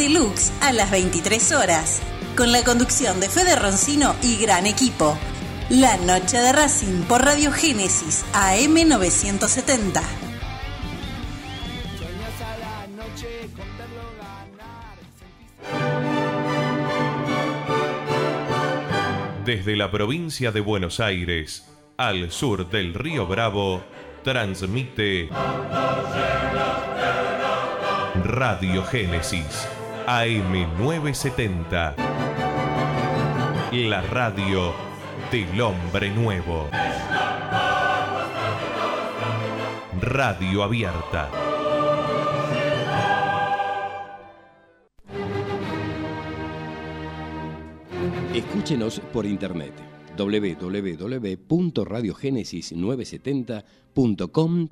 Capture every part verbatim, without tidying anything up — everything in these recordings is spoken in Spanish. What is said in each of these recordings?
Deluxe a las veintitrés horas, con la conducción de Fede Roncino y gran equipo. La Noche de Racing por Radio Génesis A M novecientos setenta. Desde la provincia de Buenos Aires, al sur del Río Bravo, transmite Radio Génesis A M novecientos setenta. La radio del hombre nuevo. Radio abierta. Escúchenos por internet doble u doble u doble u punto radio génesis novecientos setenta punto com.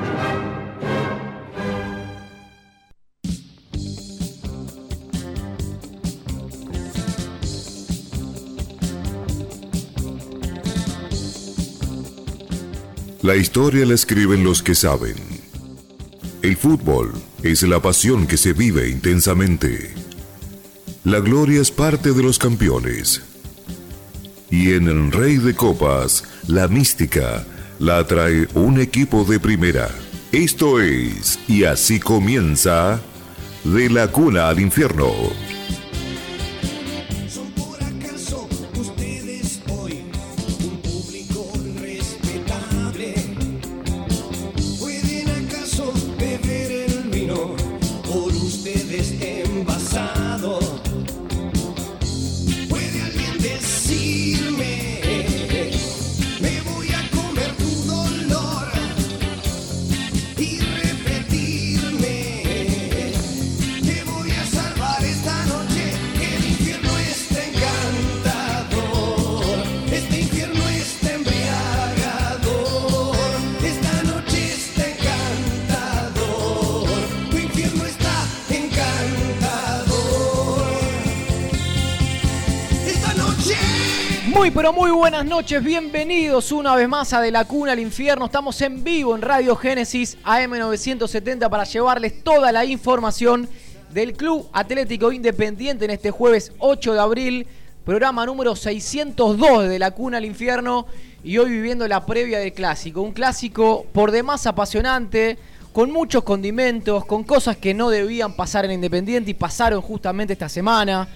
La historia la escriben los que saben. El fútbol es la pasión que se vive intensamente. La gloria es parte de los campeones. Y en el Rey de Copas, la mística la trae un equipo de primera. Esto es, y así comienza, De la Cuna al Infierno. Pero muy buenas noches, bienvenidos una vez más a De la Cuna al Infierno. Estamos en vivo en Radio Génesis A M novecientos setenta para llevarles toda la información del Club Atlético Independiente en este jueves ocho de abril, programa número seiscientos dos de De la Cuna al Infierno, y hoy viviendo la previa del clásico, un clásico por demás apasionante, con muchos condimentos, con cosas que no debían pasar en Independiente y pasaron justamente esta semana.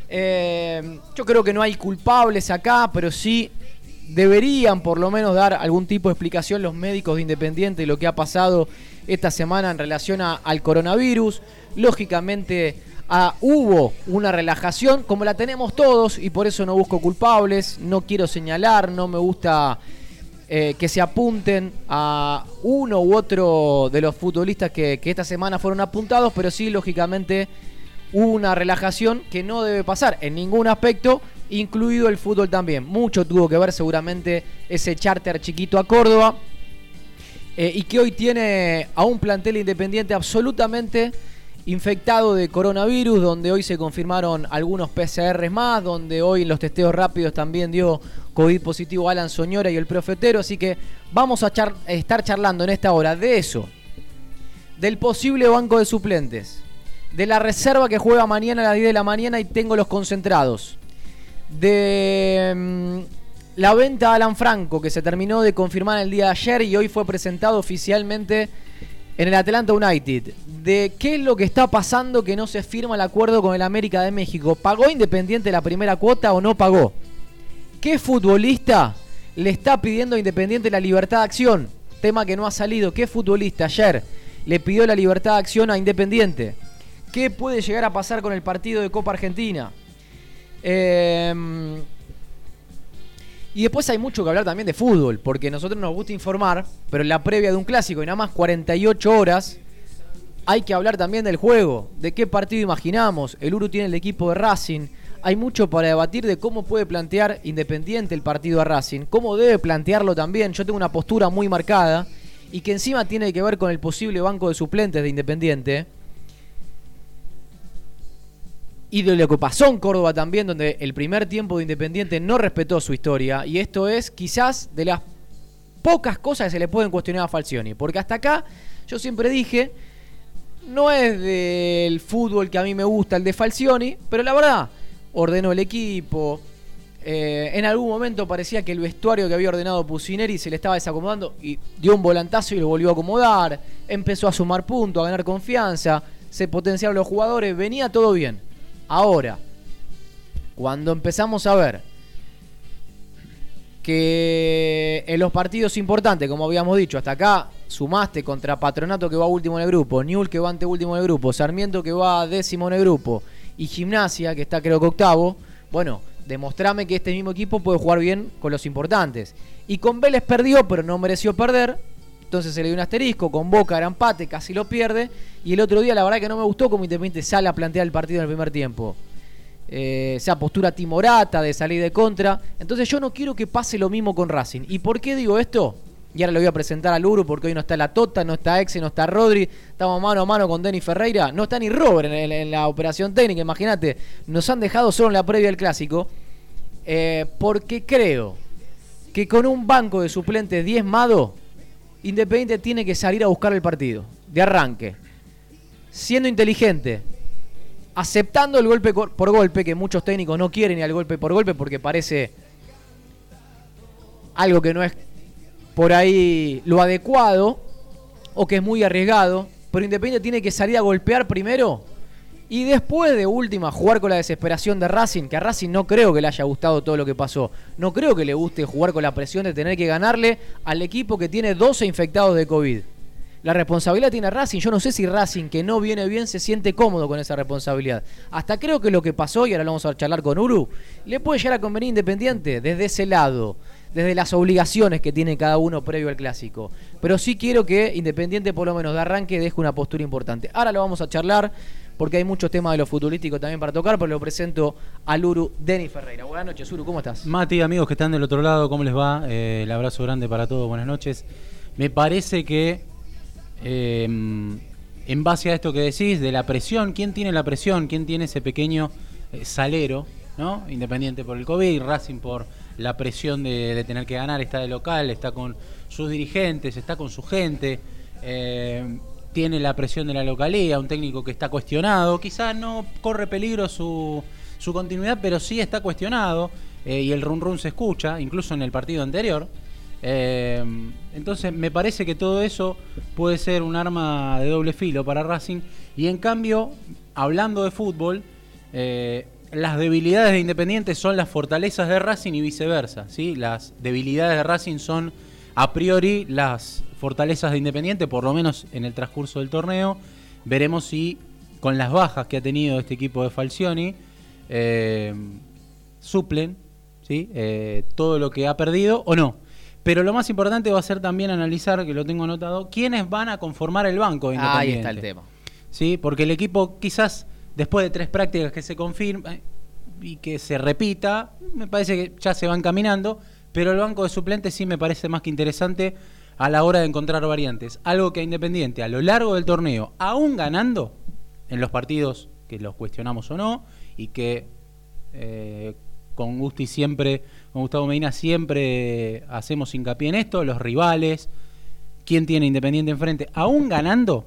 Eh, yo creo que no hay culpables acá, pero sí deberían por lo menos dar algún tipo de explicación los médicos de Independiente de lo que ha pasado esta semana en relación a, al coronavirus. Lógicamente ah, hubo una relajación como la tenemos todos y por eso no busco culpables, no quiero señalar, no me gusta eh, que se apunten a uno u otro de los futbolistas que, que esta semana fueron apuntados, pero sí lógicamente hubo una relajación que no debe pasar en ningún aspecto, incluido el fútbol también. Mucho tuvo que ver seguramente ese charter chiquito a Córdoba, eh, y que hoy tiene a un plantel Independiente absolutamente infectado de coronavirus, donde hoy se confirmaron algunos P C Rs más, donde hoy en los testeos rápidos también dio COVID positivo Alan Soñora y el Profetero. Así que vamos a char- estar charlando en esta hora de eso, del posible banco de suplentes, de la reserva que juega mañana a las diez de la mañana y tengo los concentrados, de mmm, la venta de Alan Franco que se terminó de confirmar el día de ayer y hoy fue presentado oficialmente en el Atlanta United, de qué es lo que está pasando que no se firma el acuerdo con el América de México. ¿Pagó Independiente la primera cuota o no pagó? ¿Qué futbolista le está pidiendo a Independiente la libertad de acción? Tema que no ha salido. ¿Qué futbolista ayer le pidió la libertad de acción a Independiente? ¿Qué puede llegar a pasar con el partido de Copa Argentina? Eh, y después hay mucho que hablar también de fútbol, porque a nosotros nos gusta informar, pero en la previa de un clásico y nada más cuarenta y ocho horas, hay que hablar también del juego, de qué partido imaginamos. El Uru tiene el equipo de Racing, hay mucho para debatir de cómo puede plantear Independiente el partido a Racing, cómo debe plantearlo también. Yo tengo una postura muy marcada y que encima tiene que ver con el posible banco de suplentes de Independiente. Y de lo que pasó en Córdoba también, donde el primer tiempo de Independiente no respetó su historia. Y esto es quizás de las pocas cosas que se le pueden cuestionar a Falcioni. Porque hasta acá yo siempre dije, no es del fútbol que a mí me gusta, el de Falcioni, pero la verdad, ordenó el equipo. Eh, en algún momento parecía que el vestuario que había ordenado Pusineri se le estaba desacomodando y dio un volantazo y lo volvió a acomodar. Empezó a sumar puntos, a ganar confianza, se potenciaron los jugadores, venía todo bien. Ahora, cuando empezamos a ver que en los partidos importantes, como habíamos dicho, hasta acá sumaste contra Patronato, que va último en el grupo, Newell's, que va anteúltimo en el grupo, Sarmiento, que va décimo en el grupo, y Gimnasia, que está creo que octavo, bueno, demostrame que este mismo equipo puede jugar bien con los importantes. Y con Vélez perdió, pero no mereció perder, entonces se le dio un asterisco. Con Boca era empate, casi lo pierde, y el otro día la verdad que no me gustó como Independiente sale a plantear el partido en el primer tiempo. Eh, esa postura timorata de salir de contra. Entonces yo no quiero que pase lo mismo con Racing. ¿Y por qué digo esto? Y ahora lo voy a presentar al Uru, porque hoy no está la Tota, no está Exe, no está Rodri, estamos mano a mano con Denny Ferreira, no está ni Robert en, en, en la operación técnica, imagínate, nos han dejado solo en la previa del Clásico, eh, porque creo que con un banco de suplentes diezmado, Independiente tiene que salir a buscar el partido, de arranque, siendo inteligente, aceptando el golpe por golpe, que muchos técnicos no quieren ir al golpe por golpe porque parece algo que no es por ahí lo adecuado o que es muy arriesgado, pero Independiente tiene que salir a golpear primero y después de última jugar con la desesperación de Racing, que a Racing no creo que le haya gustado todo lo que pasó, no creo que le guste jugar con la presión de tener que ganarle al equipo que tiene doce infectados de COVID. La responsabilidad tiene Racing. Yo no sé si Racing, que no viene bien, se siente cómodo con esa responsabilidad. Hasta creo que lo que pasó, y ahora lo vamos a charlar con Uru, le puede llegar a convenir Independiente desde ese lado, desde las obligaciones que tiene cada uno previo al Clásico. Pero sí quiero que Independiente, por lo menos de arranque, deje una postura importante. Ahora lo vamos a charlar porque hay muchos temas de lo futbolístico también para tocar, pero lo presento al Uru Denny Ferreira. Buenas noches, Uru, ¿cómo estás? Mati, amigos que están del otro lado, ¿cómo les va? Eh, el abrazo grande para todos, buenas noches. Me parece que Eh, en base a esto que decís de la presión, ¿quién tiene la presión? ¿Quién tiene ese pequeño eh, salero, ¿no? Independiente por el COVID, Racing por la presión de, de tener que ganar, está de local, está con sus dirigentes, está con su gente, eh, tiene la presión de la localía, un técnico que está cuestionado, quizás no corre peligro su, su continuidad, pero sí está cuestionado, eh, y el run run se escucha, incluso en el partido anterior. Eh, entonces me parece que todo eso puede ser un arma de doble filo para Racing, y en cambio, hablando de fútbol, eh, las debilidades de Independiente son las fortalezas de Racing y viceversa, ¿sí? Las debilidades de Racing son a priori las fortalezas de Independiente, por lo menos en el transcurso del torneo. Veremos si con las bajas que ha tenido este equipo de Falcioni eh, suplen, ¿sí? eh, todo lo que ha perdido o no. Pero lo más importante va a ser también analizar, que lo tengo anotado, quiénes van a conformar el banco de Independiente. Ahí está el tema. Sí, porque el equipo quizás después de tres prácticas que se confirma y que se repita, me parece que ya se van caminando, pero el banco de suplentes sí me parece más que interesante a la hora de encontrar variantes. Algo que a Independiente a lo largo del torneo, aún ganando en los partidos que los cuestionamos o no, y que eh, con Gusti siempre, con Gustavo Medina siempre hacemos hincapié en esto, los rivales, quién tiene Independiente enfrente, aún ganando,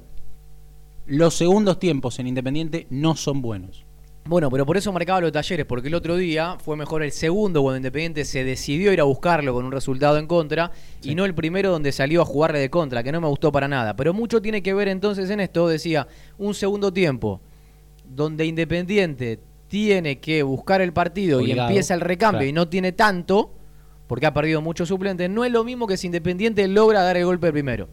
los segundos tiempos en Independiente no son buenos. Bueno, pero por eso marcaba los Talleres, porque el otro día fue mejor el segundo cuando Independiente se decidió ir a buscarlo con un resultado en contra, sí, y no el primero donde salió a jugarle de contra, que no me gustó para nada. Pero mucho tiene que ver entonces en esto, decía, un segundo tiempo donde Independiente tiene que buscar el partido obligado, y empieza el recambio, claro, y no tiene tanto, porque ha perdido muchos suplentes, no es lo mismo que si Independiente logra dar el golpe primero.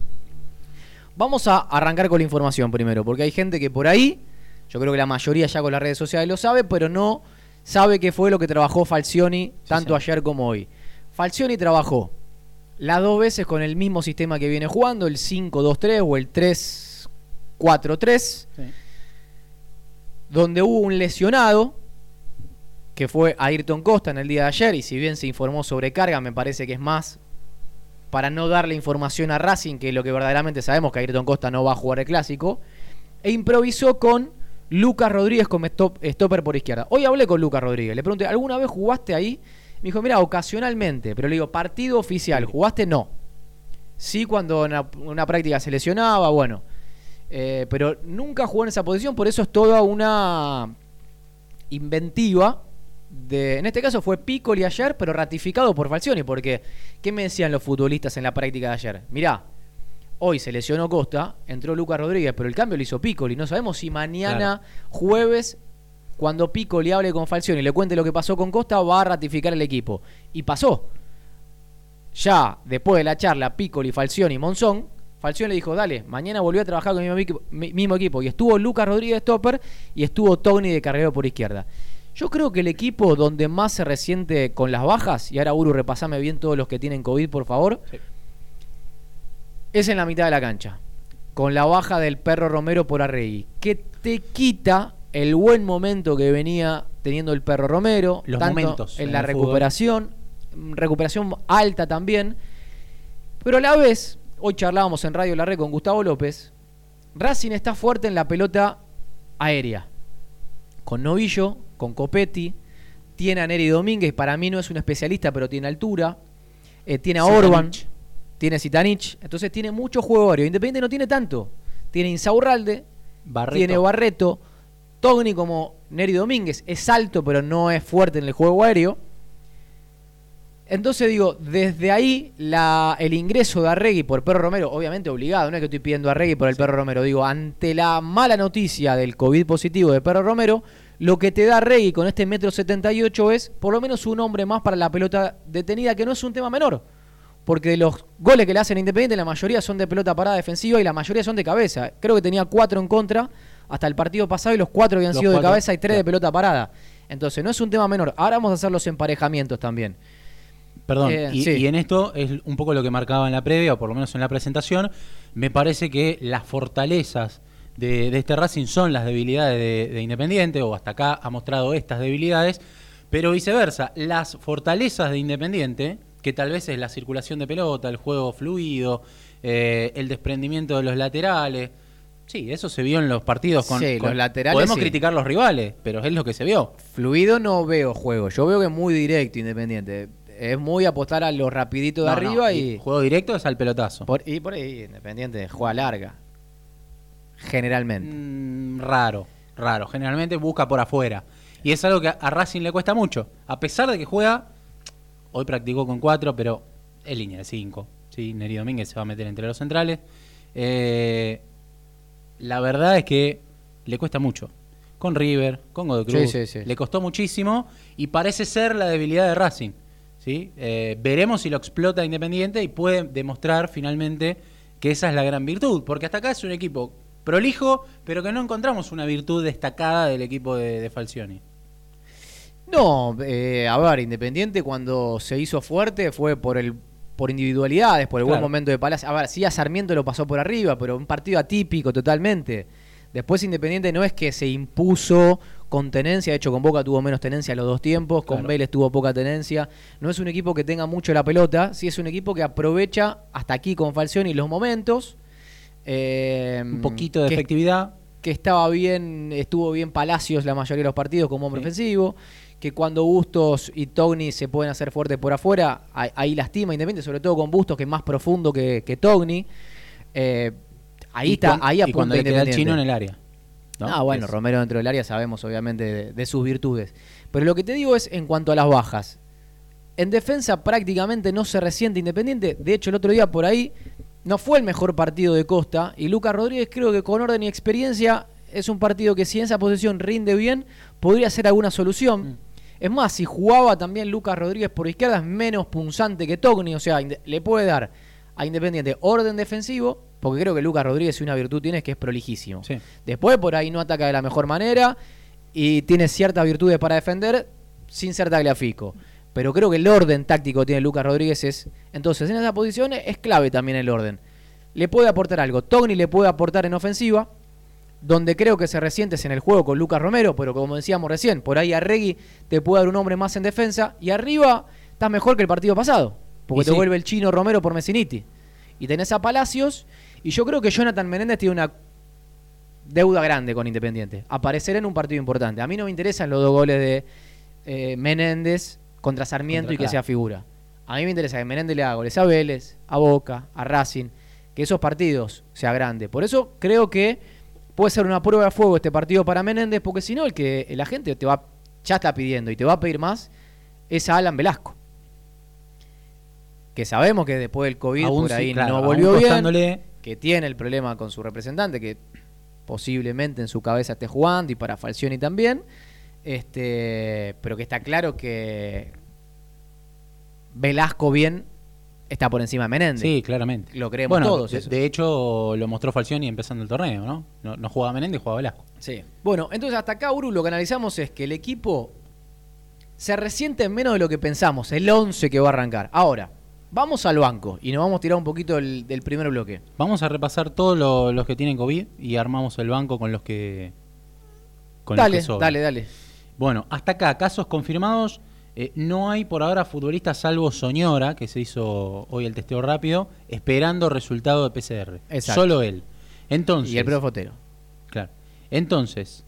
Vamos a arrancar con la información primero, porque hay gente que por ahí, yo creo que la mayoría ya con las redes sociales lo sabe, pero no sabe qué fue lo que trabajó Falcioni tanto sí, sí. ayer como hoy. Falcioni trabajó las dos veces con el mismo sistema que viene jugando, el cinco dos tres o el tres cuatro tres, sí, donde hubo un lesionado, que fue Ayrton Costa en el día de ayer, y si bien se informó sobrecarga, me parece que es más para no darle información a Racing, que lo que verdaderamente sabemos, que Ayrton Costa no va a jugar el Clásico, e improvisó con Lucas Rodríguez como stop, stopper por izquierda. Hoy hablé con Lucas Rodríguez, le pregunté, ¿alguna vez jugaste ahí? Me dijo, mira, ocasionalmente, pero le digo, partido oficial, ¿jugaste? No. Sí, cuando en una, una práctica se lesionaba, bueno. eh, pero nunca jugó en esa posición, por eso es toda una inventiva. De, en este caso fue Piccoli ayer, pero ratificado por Falcioni, porque ¿qué me decían los futbolistas en la práctica de ayer? Mirá, hoy se lesionó Costa, entró Lucas Rodríguez, pero el cambio lo hizo Piccoli. No sabemos si mañana, claro, jueves, cuando Piccoli hable con Falcioni y le cuente lo que pasó con Costa, va a ratificar el equipo. Y pasó. Ya después de la charla Piccoli, Falcioni y Monzón, Falcioni le dijo, dale, mañana volvió a trabajar con el mismo equipo, mismo equipo. Y estuvo Lucas Rodríguez de stopper y estuvo Togni de carrilero por izquierda. Yo creo que el equipo donde más se resiente con las bajas, y ahora Uru, repasame bien todos los que tienen COVID, por favor, sí, es en la mitad de la cancha, con la baja del Perro Romero por Arregui, que te quita el buen momento que venía teniendo el Perro Romero, los tanto momentos en en la el recuperación, fútbol. recuperación alta también, pero a la vez, hoy charlábamos en Radio La Red con Gustavo López, Racing está fuerte en la pelota aérea, con Novillo, con Copetti, tiene a Neri Domínguez, para mí no es un especialista, pero tiene altura, eh, tiene a Orban, tiene Zitanich, entonces tiene mucho juego aéreo. Independiente no tiene tanto, tiene Insaurralde, Barreto. tiene Barreto, Togni como Neri Domínguez, es alto pero no es fuerte en el juego aéreo. Entonces digo, desde ahí la, el ingreso de Arregui por Perro Romero, obviamente obligado, no es que estoy pidiendo a Arregui por el sí. Perro Romero, digo, ante la mala noticia del COVID positivo de Perro Romero, lo que te da Arregui con este metro setenta y ocho es por lo menos un hombre más para la pelota detenida, que no es un tema menor, porque de los goles que le hacen a Independiente la mayoría son de pelota parada defensiva y la mayoría son de cabeza. Creo que tenía cuatro en contra hasta el partido pasado y los cuatro habían los sido cuatro, de cabeza y tres claro. de pelota parada. Entonces no es un tema menor. Ahora vamos a hacer los emparejamientos también. Perdón, eh, y, sí. y en esto es un poco lo que marcaba en la previa, o por lo menos en la presentación. Me parece que las fortalezas de, de este Racing son las debilidades de, de Independiente, o hasta acá ha mostrado estas debilidades, pero viceversa, las fortalezas de Independiente, que tal vez es la circulación de pelota, el juego fluido, eh, el desprendimiento de los laterales. Sí, eso se vio en los partidos con, sí, con los laterales. Podemos sí. criticar los rivales, pero es lo que se vio. Fluido no veo juego, yo veo que es muy directo Independiente. Es muy apostar a lo rapidito de no, arriba no. y... Juego directo es al pelotazo. Por, y por ahí Independiente juega larga. Generalmente. Mm, raro, raro. Generalmente busca por afuera. Y es algo que a Racing le cuesta mucho. A pesar de que juega... Hoy practicó con cuatro, pero es línea de cinco. ¿Sí? Neri Domínguez se va a meter entre los centrales. Eh, la verdad es que le cuesta mucho. Con River, con Godoy Cruz. Sí, sí, sí. Le costó muchísimo y parece ser la debilidad de Racing. ¿Sí? Eh, veremos si lo explota Independiente y puede demostrar finalmente que esa es la gran virtud, porque hasta acá es un equipo prolijo, pero que no encontramos una virtud destacada del equipo de, de Falcioni. No, eh, a ver, Independiente cuando se hizo fuerte fue por el por individualidades, por el claro. buen momento de Palacio. A ver, sí a Sarmiento lo pasó por arriba, pero un partido atípico totalmente. Después Independiente no es que se impuso con tenencia, de hecho con Boca tuvo menos tenencia los dos tiempos, con claro. Vélez tuvo poca tenencia. No es un equipo que tenga mucho la pelota, sí es un equipo que aprovecha hasta aquí con Falcioni los momentos. Eh, un poquito de que, efectividad. Que estaba bien, estuvo bien Palacios la mayoría de los partidos como hombre sí. ofensivo, que cuando Bustos y Togni se pueden hacer fuertes por afuera, ahí, ahí lastima Independiente, sobre todo con Bustos que es más profundo que, que Togni. Eh, ahí y está, cuando, ahí apunta y cuando le queda el chino en el área. ¿No? Ah, bueno, es... Romero dentro del área sabemos obviamente de, de sus virtudes. Pero lo que te digo es en cuanto a las bajas. En defensa prácticamente no se resiente Independiente. De hecho, el otro día por ahí no fue el mejor partido de Costa. Y Lucas Rodríguez creo que con orden y experiencia es un partido que si en esa posición rinde bien, podría ser alguna solución. Mm. Es más, si jugaba también Lucas Rodríguez por izquierda es menos punzante que Togni. O sea, le puede dar a Independiente orden defensivo, porque creo que Lucas Rodríguez si una virtud tiene es que es prolijísimo. Sí. Después por ahí no ataca de la mejor manera y tiene ciertas virtudes para defender sin ser tagliafico. Pero creo que el orden táctico que tiene Lucas Rodríguez es... Entonces en esa posición es clave también el orden. Le puede aportar algo. Togni le puede aportar en ofensiva, donde creo que se resiente es en el juego con Lucas Romero, pero como decíamos recién, por ahí Arregui te puede dar un hombre más en defensa y arriba estás mejor que el partido pasado, porque y te sí. vuelve el chino Romero por Messiniti. Y tenés a Palacios, y yo creo que Jonathan Menéndez tiene una deuda grande con Independiente. Aparecer en un partido importante. A mí no me interesan los dos goles de eh, Menéndez contra Sarmiento contra y que sea figura. A mí me interesa que Menéndez le haga goles a Vélez, a Boca, a Racing, que esos partidos se agrande. Por eso creo que puede ser una prueba de fuego este partido para Menéndez, porque si no, el que la gente te va, ya está pidiendo y te va a pedir más es a Alan Velasco. Que sabemos que después del COVID aún por ahí sí, claro, no volvió bien, costándole... que tiene el problema con su representante, que posiblemente en su cabeza esté jugando, y para Falcioni también, este, pero que está claro que Velasco bien está por encima de Menéndez. Sí, claramente. Lo creemos bueno, todos. De, eso. de hecho, lo mostró Falcioni empezando el torneo, ¿no? No, no jugaba Menéndez, jugaba Velasco. Sí. Bueno, entonces hasta acá, Uru, lo que analizamos es que el equipo se resiente en menos de lo que pensamos, el once que va a arrancar. Ahora, vamos al banco y nos vamos a tirar un poquito del, del primer bloque. Vamos a repasar todos lo, los que tienen COVID y armamos el banco con los que con dale, los que sobran. dale, dale. Bueno, hasta acá, casos confirmados. Eh, no hay por ahora futbolistas salvo Soñora, que se hizo hoy el testeo rápido, esperando resultado de P C R. Exacto. Solo él. Entonces, Y el profe Otero. Claro. Entonces,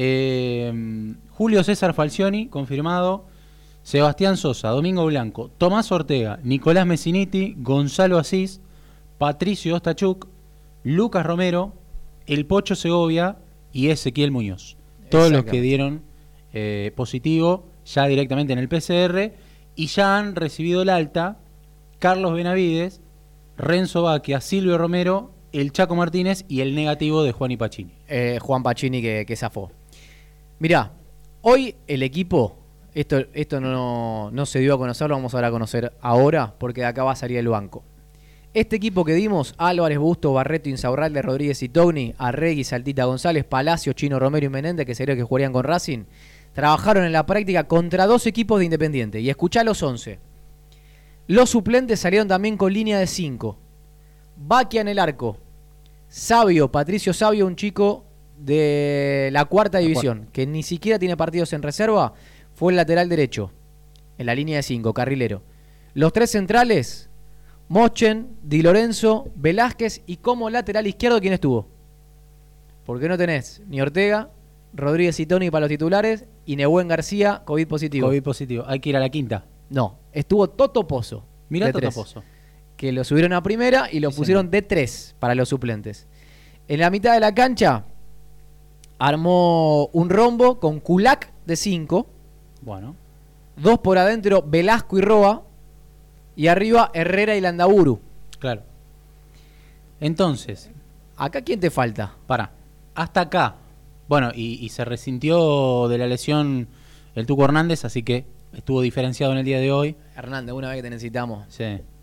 eh, Julio César Falcioni, confirmado. Sebastián Sosa, Domingo Blanco, Tomás Ortega, Nicolás Messiniti, Gonzalo Asís, Patricio Ostachuk, Lucas Romero, El Pocho Segovia y Ezequiel Muñoz. Todos los que dieron eh, positivo ya directamente en el P C R, y ya han recibido el alta Carlos Benavides, Renzo Baquia, Silvio Romero, el Chaco Martínez y el negativo de Juan y Pacini. Eh, Juan Pacini que, que zafó. Mirá, hoy el equipo, esto, esto no, no se dio a conocer, lo vamos a dar a conocer ahora, porque de acá va a salir el banco. Este equipo que dimos, Álvarez, Busto, Barreto, Insaurralde, Rodríguez y Togni, Arregui, Saltita González, Palacio, Chino Romero y Menéndez, que sería que jugarían con Racing, trabajaron en la práctica contra dos equipos de Independiente. Y escuchá los once. Los suplentes salieron también con línea de cinco. Baquia en el arco. Sabio, Patricio Sabio, un chico de la cuarta división, que ni siquiera tiene partidos en reserva, fue el lateral derecho, en la línea de cinco, carrilero. Los tres centrales, Mochen, Di Lorenzo, Velázquez, y como lateral izquierdo, ¿quién estuvo? Porque no tenés ni Ortega, Rodríguez y Toni para los titulares, y Nehuen García, COVID positivo. COVID positivo. Hay que ir a la quinta. No, estuvo Toto Pozo. Mirá de Toto tres, Pozo. que lo subieron a primera y lo Sí, pusieron señor. de tres para los suplentes. En la mitad de la cancha armó un rombo con Kulak de cinco, Bueno. dos por adentro Velasco y Roa, y arriba Herrera y Landaburu. Claro. Entonces, ¿Acá quién te falta? para, hasta acá. Bueno, y, y se resintió de la lesión el Tuco Hernández, así que estuvo diferenciado en el día de hoy. Hernández, una vez que te necesitamos. Sí.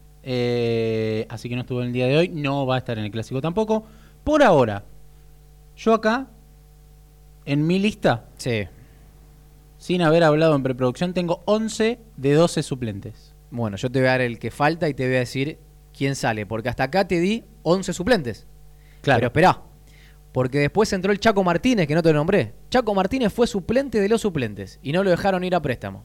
Eh, así que no estuvo en el día de hoy, no va a estar en el clásico tampoco. Por ahora, yo acá, en mi lista, Sí. sin haber hablado en preproducción, tengo once de doce suplentes. Bueno, yo te voy a dar el que falta y te voy a decir quién sale, porque hasta acá te di once suplentes. Claro. Pero esperá, porque después entró el Chaco Martínez, que no te lo nombré. Chaco Martínez fue suplente de los suplentes y no lo dejaron ir a préstamo.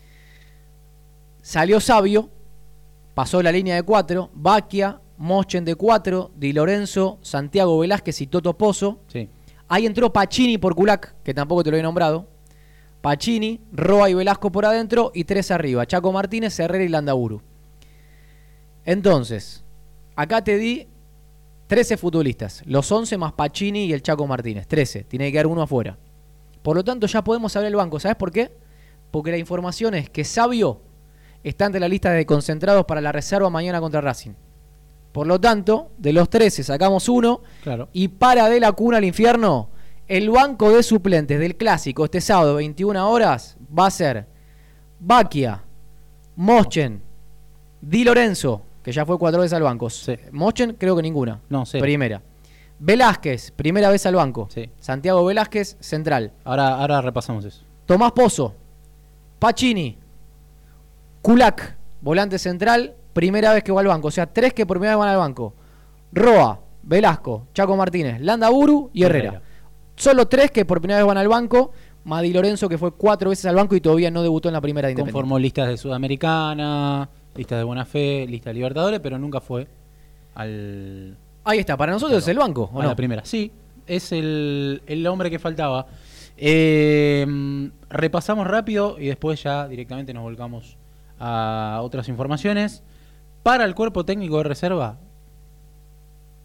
Salió Sabio, pasó la línea de cuatro, Baquia, Mochen de cuatro, Di Lorenzo, Santiago Velázquez y Toto Pozo. Sí. Ahí entró Pacini por Kulak, que tampoco te lo he nombrado. Pacini, Roa y Velasco por adentro y tres arriba, Chaco Martínez, Herrera y Landaburu. Entonces, acá te di trece futbolistas, los once más Pacini y el Chaco Martínez, trece, tiene que quedar uno afuera. Por lo tanto, ya podemos abrir el banco, ¿sabes por qué? Porque la información es que Sabio está ante la lista de concentrados para la reserva mañana contra Racing. Por lo tanto, de los trece sacamos uno, Claro. y para de la cuna al infierno, el banco de suplentes del Clásico este sábado, veintiuna horas, va a ser Baquia, Mochen, Di Lorenzo, que ya fue cuatro veces al banco. Sí. Mochen, creo que ninguna. No, cero. Primera. Velázquez, primera vez al banco. Sí. Santiago Velázquez, central. Ahora, ahora repasamos eso. Tomás Pozo, Pacini, Kulak, volante central, primera vez que va al banco. O sea, tres que por primera vez van al banco. Roa, Velasco, Chaco Martínez, Landaburu y Herrera. Herrera. Solo tres que por primera vez van al banco. Madi Lorenzo, que fue cuatro veces al banco y todavía no debutó en la primera de Independiente. Conformó listas de Sudamericana, listas de Buena Fe, listas de Libertadores, pero nunca fue al Ahí está, para nosotros es el banco, ¿o a no? la primera. Sí, es el, el hombre que faltaba. Eh, repasamos rápido y después ya directamente nos volcamos a otras informaciones. Para el cuerpo técnico de reserva,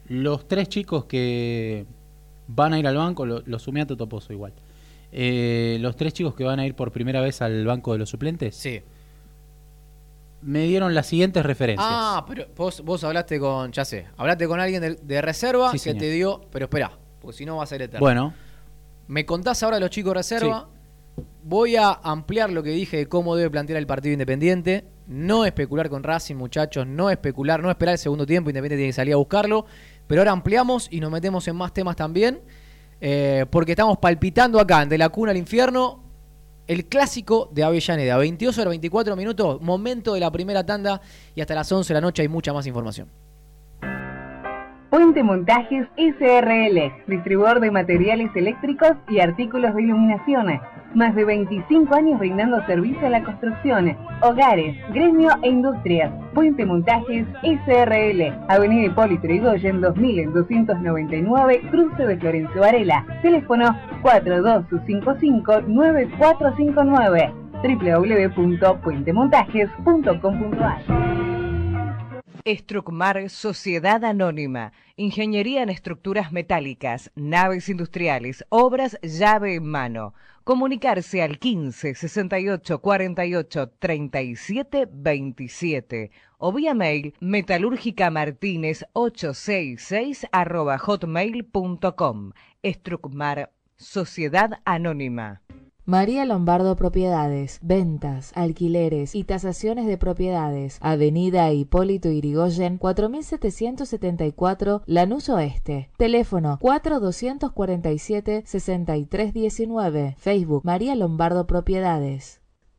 Los tres chicos que van a ir al banco, lo, lo sumé a Toto Pozzo igual. Eh, los tres chicos que van a ir por primera vez al banco de los suplentes. Sí. Me dieron las siguientes referencias. Ah, pero vos, vos hablaste con, ya sé, hablaste con alguien de, de reserva Sí, que señor. te dio, pero espera, porque si no va a ser eterno. Bueno, Me contás ahora de los chicos de reserva. Voy a ampliar lo que dije de cómo debe plantear el partido Independiente. No especular con Racing, muchachos. No especular, no esperar el segundo tiempo. Independiente tiene que salir a buscarlo. Pero ahora ampliamos y nos metemos en más temas también. Eh, porque estamos palpitando acá, de la cuna al infierno, el clásico de Avellaneda. veintidós horas veinticuatro minutos, momento de la primera tanda. Y hasta las once de la noche hay mucha más información. Puente Montajes S R L, distribuidor de materiales eléctricos y artículos de iluminación. Más de veinticinco años brindando servicio a la construcción, hogares, gremio e industrias. Puente Montajes S R L, Avenida Hipólito Yrigoyen dos mil doscientos noventa y nueve, cruce de Florencio Varela. Teléfono cuatro dos cinco cinco nueve cuatro cinco nueve, doble u doble u doble u punto puente montajes punto com punto a r. Estrucmar Sociedad Anónima, ingeniería en estructuras metálicas, naves industriales, obras llave en mano. Comunicarse al quince sesenta y ocho cuarenta y ocho treinta y siete veintisiete o vía mail metalúrgicamartínez ochocientos sesenta y seis arroba hotmail punto com. Estrucmar Sociedad Anónima. María Lombardo Propiedades, ventas, alquileres y tasaciones de propiedades. Avenida Hipólito Yrigoyen cuatro mil setecientos setenta y cuatro, Lanús Oeste. Teléfono cuatro dos cuatro siete sesenta y tres diecinueve. Facebook María Lombardo Propiedades.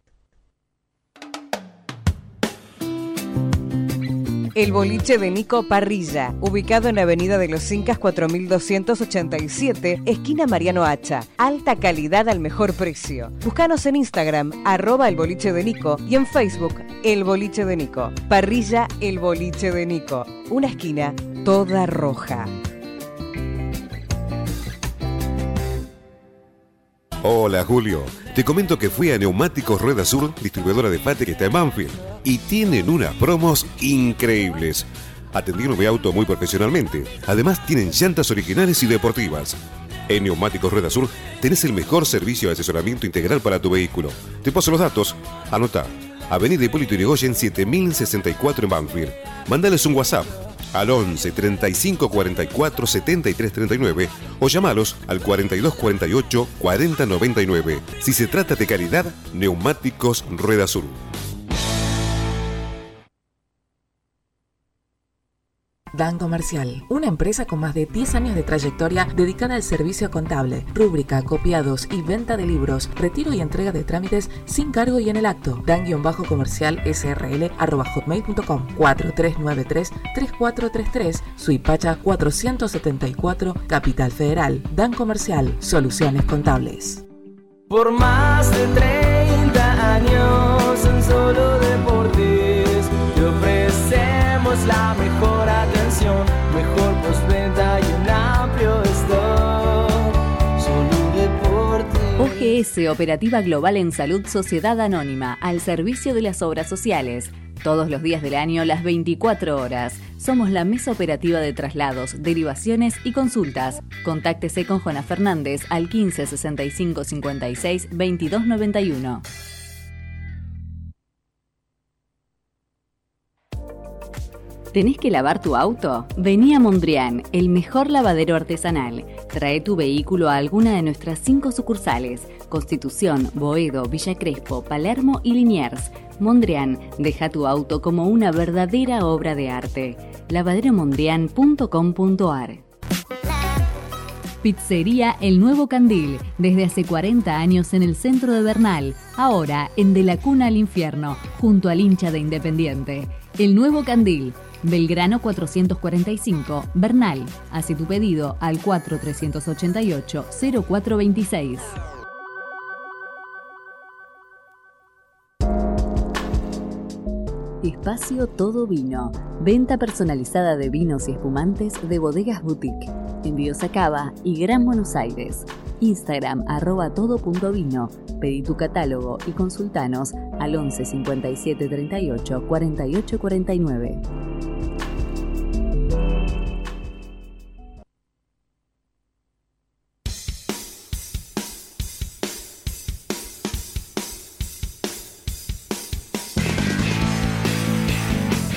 El boliche de Nico Parrilla, ubicado en Avenida de los Incas cuatro mil doscientos ochenta y siete, esquina Mariano Hacha. Alta calidad al mejor precio. Búscanos en Instagram, arroba el boliche de Nico, y en Facebook, el boliche de Nico. Parrilla, el boliche de Nico. Una esquina toda roja. Hola Julio, te comento que fui a Neumáticos Rueda Sur, distribuidora de Pate que está en Banfield, y tienen unas promos increíbles. Atendieron mi auto muy profesionalmente, además tienen llantas originales y deportivas. En Neumáticos Rueda Sur tenés el mejor servicio de asesoramiento integral para tu vehículo. Te paso los datos, anotá, Avenida Hipólito Yrigoyen siete mil sesenta y cuatro en Banfield. Mándales un WhatsApp al once treinta y cinco cuarenta y cuatro setenta y tres treinta y nueve o llamalos al cuarenta y dos cuarenta y ocho cuarenta noventa y nueve. Si se trata de calidad, Neumáticos Rueda Sur. Dan Comercial, una empresa con más de diez años de trayectoria dedicada al servicio contable, rúbrica, copiados y venta de libros, retiro y entrega de trámites sin cargo y en el acto. Dan-comercial srl arroba hotmail punto com, cuatro tres nueve tres tres cuatro tres tres, Suipacha cuatrocientos setenta y cuatro, Capital Federal. Dan Comercial, soluciones contables. Por más de treinta años en Solo Deportes te ofrecemos la mejor atención, mejor postventa y un amplio stock. Solo Deportes. O G S, Operativa Global en Salud Sociedad Anónima, al servicio de las obras sociales. Todos los días del año, las veinticuatro horas. Somos la mesa operativa de traslados, derivaciones y consultas. Contáctese con Juana Fernández al quince sesenta y cinco cincuenta y seis veintidós noventa y uno. ¿Tenés que lavar tu auto? Vení a Mondrian, el mejor lavadero artesanal. Trae tu vehículo a alguna de nuestras cinco sucursales: Constitución, Boedo, Villa Crespo, Palermo y Liniers. Mondrian, deja tu auto como una verdadera obra de arte. lavadero mondrian punto com punto a r. Pizzería El Nuevo Candil, desde hace cuarenta años en el centro de Bernal, ahora en De la Cuna al Infierno, junto al hincha de Independiente. El Nuevo Candil, Belgrano cuatrocientos cuarenta y cinco, Bernal. Hace tu pedido al cuatro tres ocho ocho cero cuatro dos seis. Espacio Todo Vino. Venta personalizada de vinos y espumantes de Bodegas Boutique. Envíos a Cava y Gran Buenos Aires. Instagram arroba todo.vino. Pedí tu catálogo y consultanos al once cincuenta y siete treinta y ocho cuarenta y ocho cuarenta y nueve.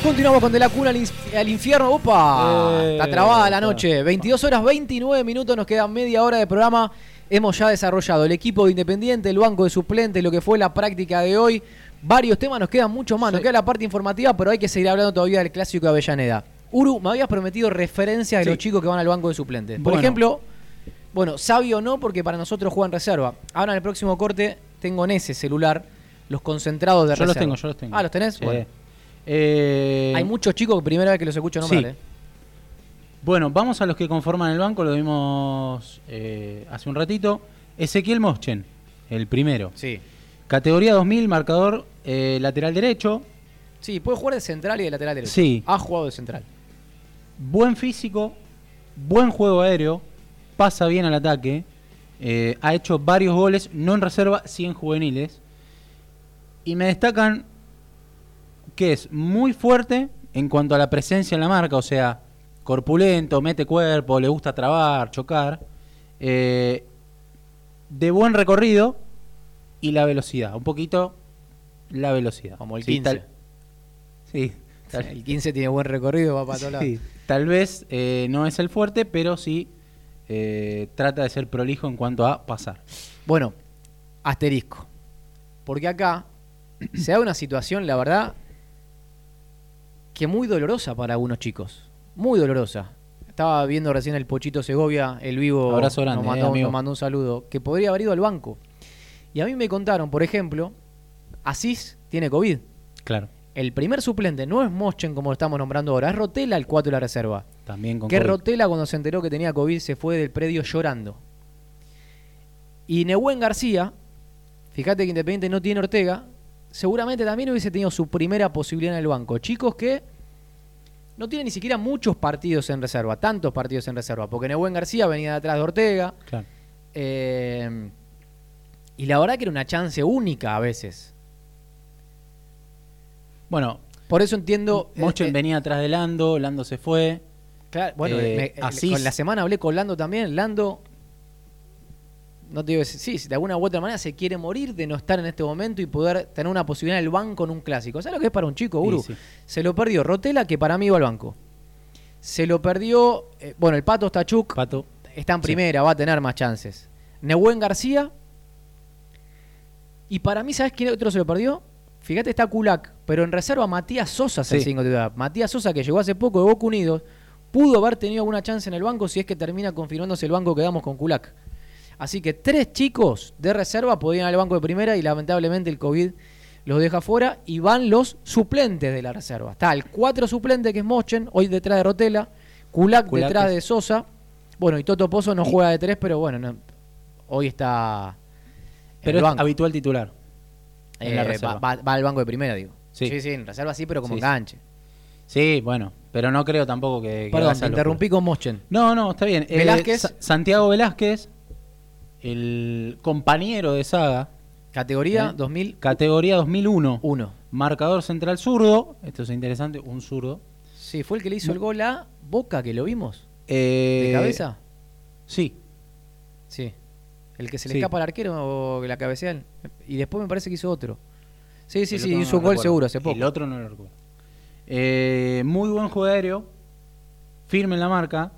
Continuamos con De la Cuna al, inf- al Infierno. ¡Opa! Eh, Está trabada la está. noche. veintidós horas veintinueve minutos. Nos queda media hora de programa. Hemos ya desarrollado el equipo de Independiente, el banco de suplentes, lo que fue la práctica de hoy. Varios temas, nos quedan mucho más. Nos Sí. queda la parte informativa, pero hay que seguir hablando todavía del clásico de Avellaneda. Uru, me habías prometido referencias de Sí. los chicos que van al banco de suplentes. Por Bueno. ejemplo, bueno, sabio no, porque para nosotros juegan reserva. Ahora en el próximo corte tengo en ese celular los concentrados de Yo reserva. los tengo, yo los tengo. Ah, ¿los tenés? Sí. Bueno. Eh, Hay muchos chicos que primera vez que los escucho nombrar, Sí. ¿eh? Bueno, vamos a los que conforman el banco, lo vimos eh, hace un ratito. Ezequiel Moschen, el primero. Sí. Categoría dos mil, marcador eh, lateral derecho. Sí, puede jugar de central y de lateral derecho. Sí. Ha jugado de central. Buen físico, buen juego aéreo, pasa bien al ataque, eh, ha hecho varios goles, no en reserva, sí en juveniles. Y me destacan que es muy fuerte en cuanto a la presencia en la marca, o sea, corpulento, mete cuerpo, le gusta trabar, chocar, eh, de buen recorrido y la velocidad, un poquito la velocidad. Como el Sí, quince. tal- sí, tal- El quince tiene buen recorrido, va para todos lados. sí, tal vez eh, no es el fuerte, pero sí eh, trata de ser prolijo en cuanto a pasar. Bueno, asterisco. Porque acá se da una situación, la verdad, que muy dolorosa para algunos chicos. Muy dolorosa. Estaba viendo recién el Pochito Segovia, el vivo, Abrazo grande, nos, eh, mandó, amigo. nos mandó un saludo, que podría haber ido al banco. Y a mí me contaron, por ejemplo, Asís tiene COVID. Claro. El primer suplente no es Moschen como lo estamos nombrando ahora, es Rotela el cuatro de la reserva. También con Que COVID. Rotela cuando se enteró que tenía COVID se fue del predio llorando. Y Nehuen García, fíjate que Independiente no tiene Ortega, seguramente también hubiese tenido su primera posibilidad en el banco. Chicos que no tienen ni siquiera muchos partidos en reserva, tantos partidos en reserva, porque Nehuen García venía de atrás de Ortega. Claro. Eh, y la verdad que era una chance única a veces. Bueno, por eso entiendo. Moschen eh, venía atrás de Lando, Lando se fue. Claro, bueno, Eh, me- Asís- con la semana hablé con Lando también. Lando, no te digo, sí, de alguna u otra manera se quiere morir de no estar en este momento y poder tener una posibilidad en el banco en un clásico. ¿Sabes lo que es para un chico, Uru? Sí, sí. Se lo perdió Rotela, que para mí iba al banco. Se lo perdió, eh, bueno, el Pato Stachuk Pato. está en Sí. primera, va a tener más chances. Nehuen García. Y para mí, ¿sabes quién otro se lo perdió? Fíjate, está Kulak, pero en reserva Matías Sosa es el Sí. cinco titular. Matías Sosa, que llegó hace poco de Boca Unidos, pudo haber tenido alguna chance en el banco si es que termina confirmándose el banco que damos con Kulak. Así que tres chicos de reserva podían ir al banco de primera y lamentablemente el COVID los deja fuera y van los suplentes de la reserva. Está el cuatro suplente que es Moschen, hoy detrás de Rotela, Kulak, Kulak detrás es- de Sosa. Bueno, y Toto Pozo no juega de tres, pero bueno, no- hoy está en Pero el es banco. habitual titular. En la Eh, reserva. va, va- va al banco de primera, digo. Sí. Sí, sí, en reserva sí, pero como Sí, sí. enganche. Sí, bueno, pero no creo tampoco que... que Perdón, hagas te a interrumpí con Moschen. No, no, está bien. Eh, Velázquez. Sa- Santiago Velázquez, el compañero de Saga. Categoría ¿eh? dos mil Categoría dos mil uno. uno. Marcador central zurdo. Esto es interesante, un zurdo. Sí, fue el que le hizo el gol a Boca, que lo vimos. Eh, ¿De cabeza? Sí. Sí. El que se le Sí. escapa al arquero o que la cabecea él. Y después me parece que hizo otro. Sí, sí, El sí, otro no hizo lo un gol recuerdo. seguro hace poco. El otro no lo recuerdo. Eh, muy buen juego aéreo. Firme en la marca.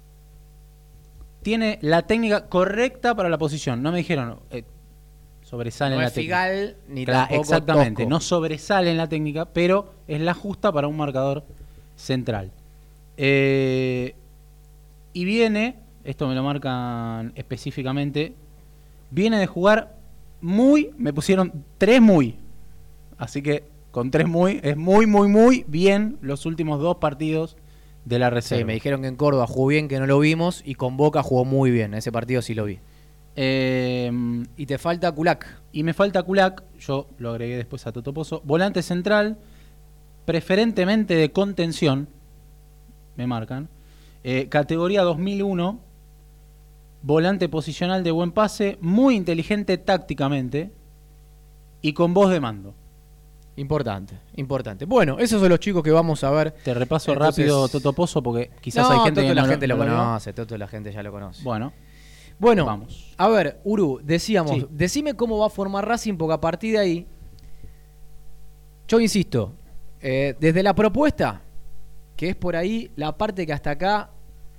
Tiene la técnica correcta para la posición. No me dijeron eh, sobresale No en la es técnica. Figal ni Claro, tampoco exactamente, Tosco. no sobresale en la técnica, pero es la justa para un marcador central. Eh, y viene, esto me lo marcan específicamente, viene de jugar muy, me pusieron tres muy. Así que con tres muy, es muy, muy, muy bien los últimos dos partidos de la reserva. Sí, me dijeron que en Córdoba jugó bien, que no lo vimos, y con Boca jugó muy bien. Ese partido sí lo vi. Eh, Y te falta Kulak. Y me falta Kulak, yo lo agregué después a Toto Pozo. Volante central, preferentemente de contención, me marcan. Eh, categoría dos mil uno, volante posicional de buen pase, muy inteligente tácticamente y con voz de mando. Importante, importante. Bueno, esos son los chicos que vamos a ver. Te repaso Entonces- rápido Toto Pozo porque quizás No, hay gente Toto que la no gente lo no vio. conoce, Toto la gente ya lo conoce. Bueno, Bueno, vamos. a ver, Uru, decíamos, Sí. decime cómo va a formar Racing, porque a partir de ahí, yo insisto, eh, desde la propuesta, que es por ahí la parte que hasta acá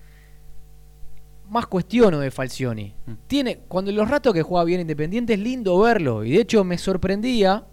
más cuestiono de Falcioni. Mm. Tiene, cuando los ratos que juega bien Independiente es lindo verlo, y de hecho me sorprendía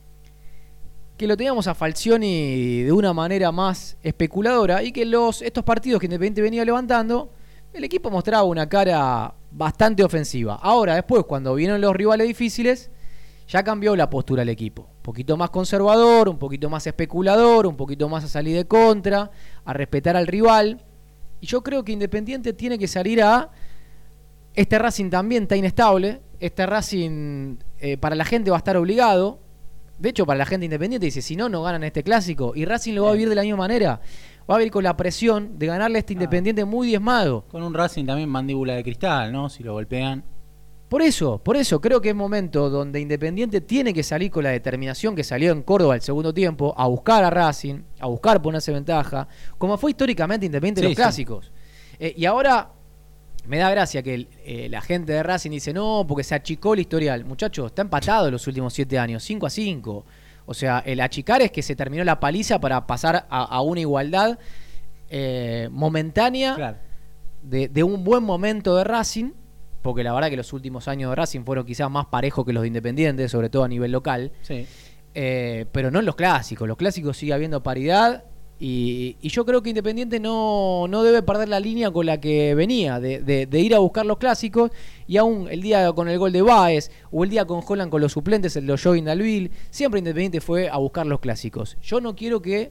que lo teníamos a Falcioni de una manera más especuladora y que los estos partidos que Independiente venía levantando, el equipo mostraba una cara bastante ofensiva. Ahora, después, cuando vienen los rivales difíciles, ya cambió la postura del equipo. Un poquito más conservador, un poquito más especulador, un poquito más a salir de contra, a respetar al rival. Y yo creo que Independiente tiene que salir a... Este Racing también está inestable. Este Racing eh, para la gente va a estar obligado. De hecho, para la gente Independiente dice, si no, no ganan este clásico. Y Racing lo va a vivir de la misma manera. Va a vivir con la presión de ganarle a este Independiente ah, muy diezmado. Con un Racing también mandíbula de cristal, ¿no? Si lo golpean. Por eso, por eso creo que es momento donde Independiente tiene que salir con la determinación que salió en Córdoba el segundo tiempo, a buscar a Racing, a buscar ponerse ventaja, como fue históricamente Independiente en sí, los clásicos. Sí. Eh, y ahora me da gracia que el, eh, la gente de Racing dice, no, porque se achicó el historial. Muchachos, está empatado los últimos siete años, cinco a cinco. O sea, el achicar es que se terminó la paliza para pasar a, a una igualdad eh, momentánea claro. de, de un buen momento de Racing, porque la verdad que los últimos años de Racing fueron quizás más parejos que los de Independiente, sobre todo a nivel local. Sí. Eh, pero no en los clásicos. Los clásicos sigue habiendo paridad y, y yo creo que Independiente no, no debe perder la línea con la que venía, de, de, de ir a buscar los clásicos, y aún el día con el gol de Báez o el día con Holland con los suplentes, el de Jogging Dalville, siempre Independiente fue a buscar los clásicos. Yo no quiero que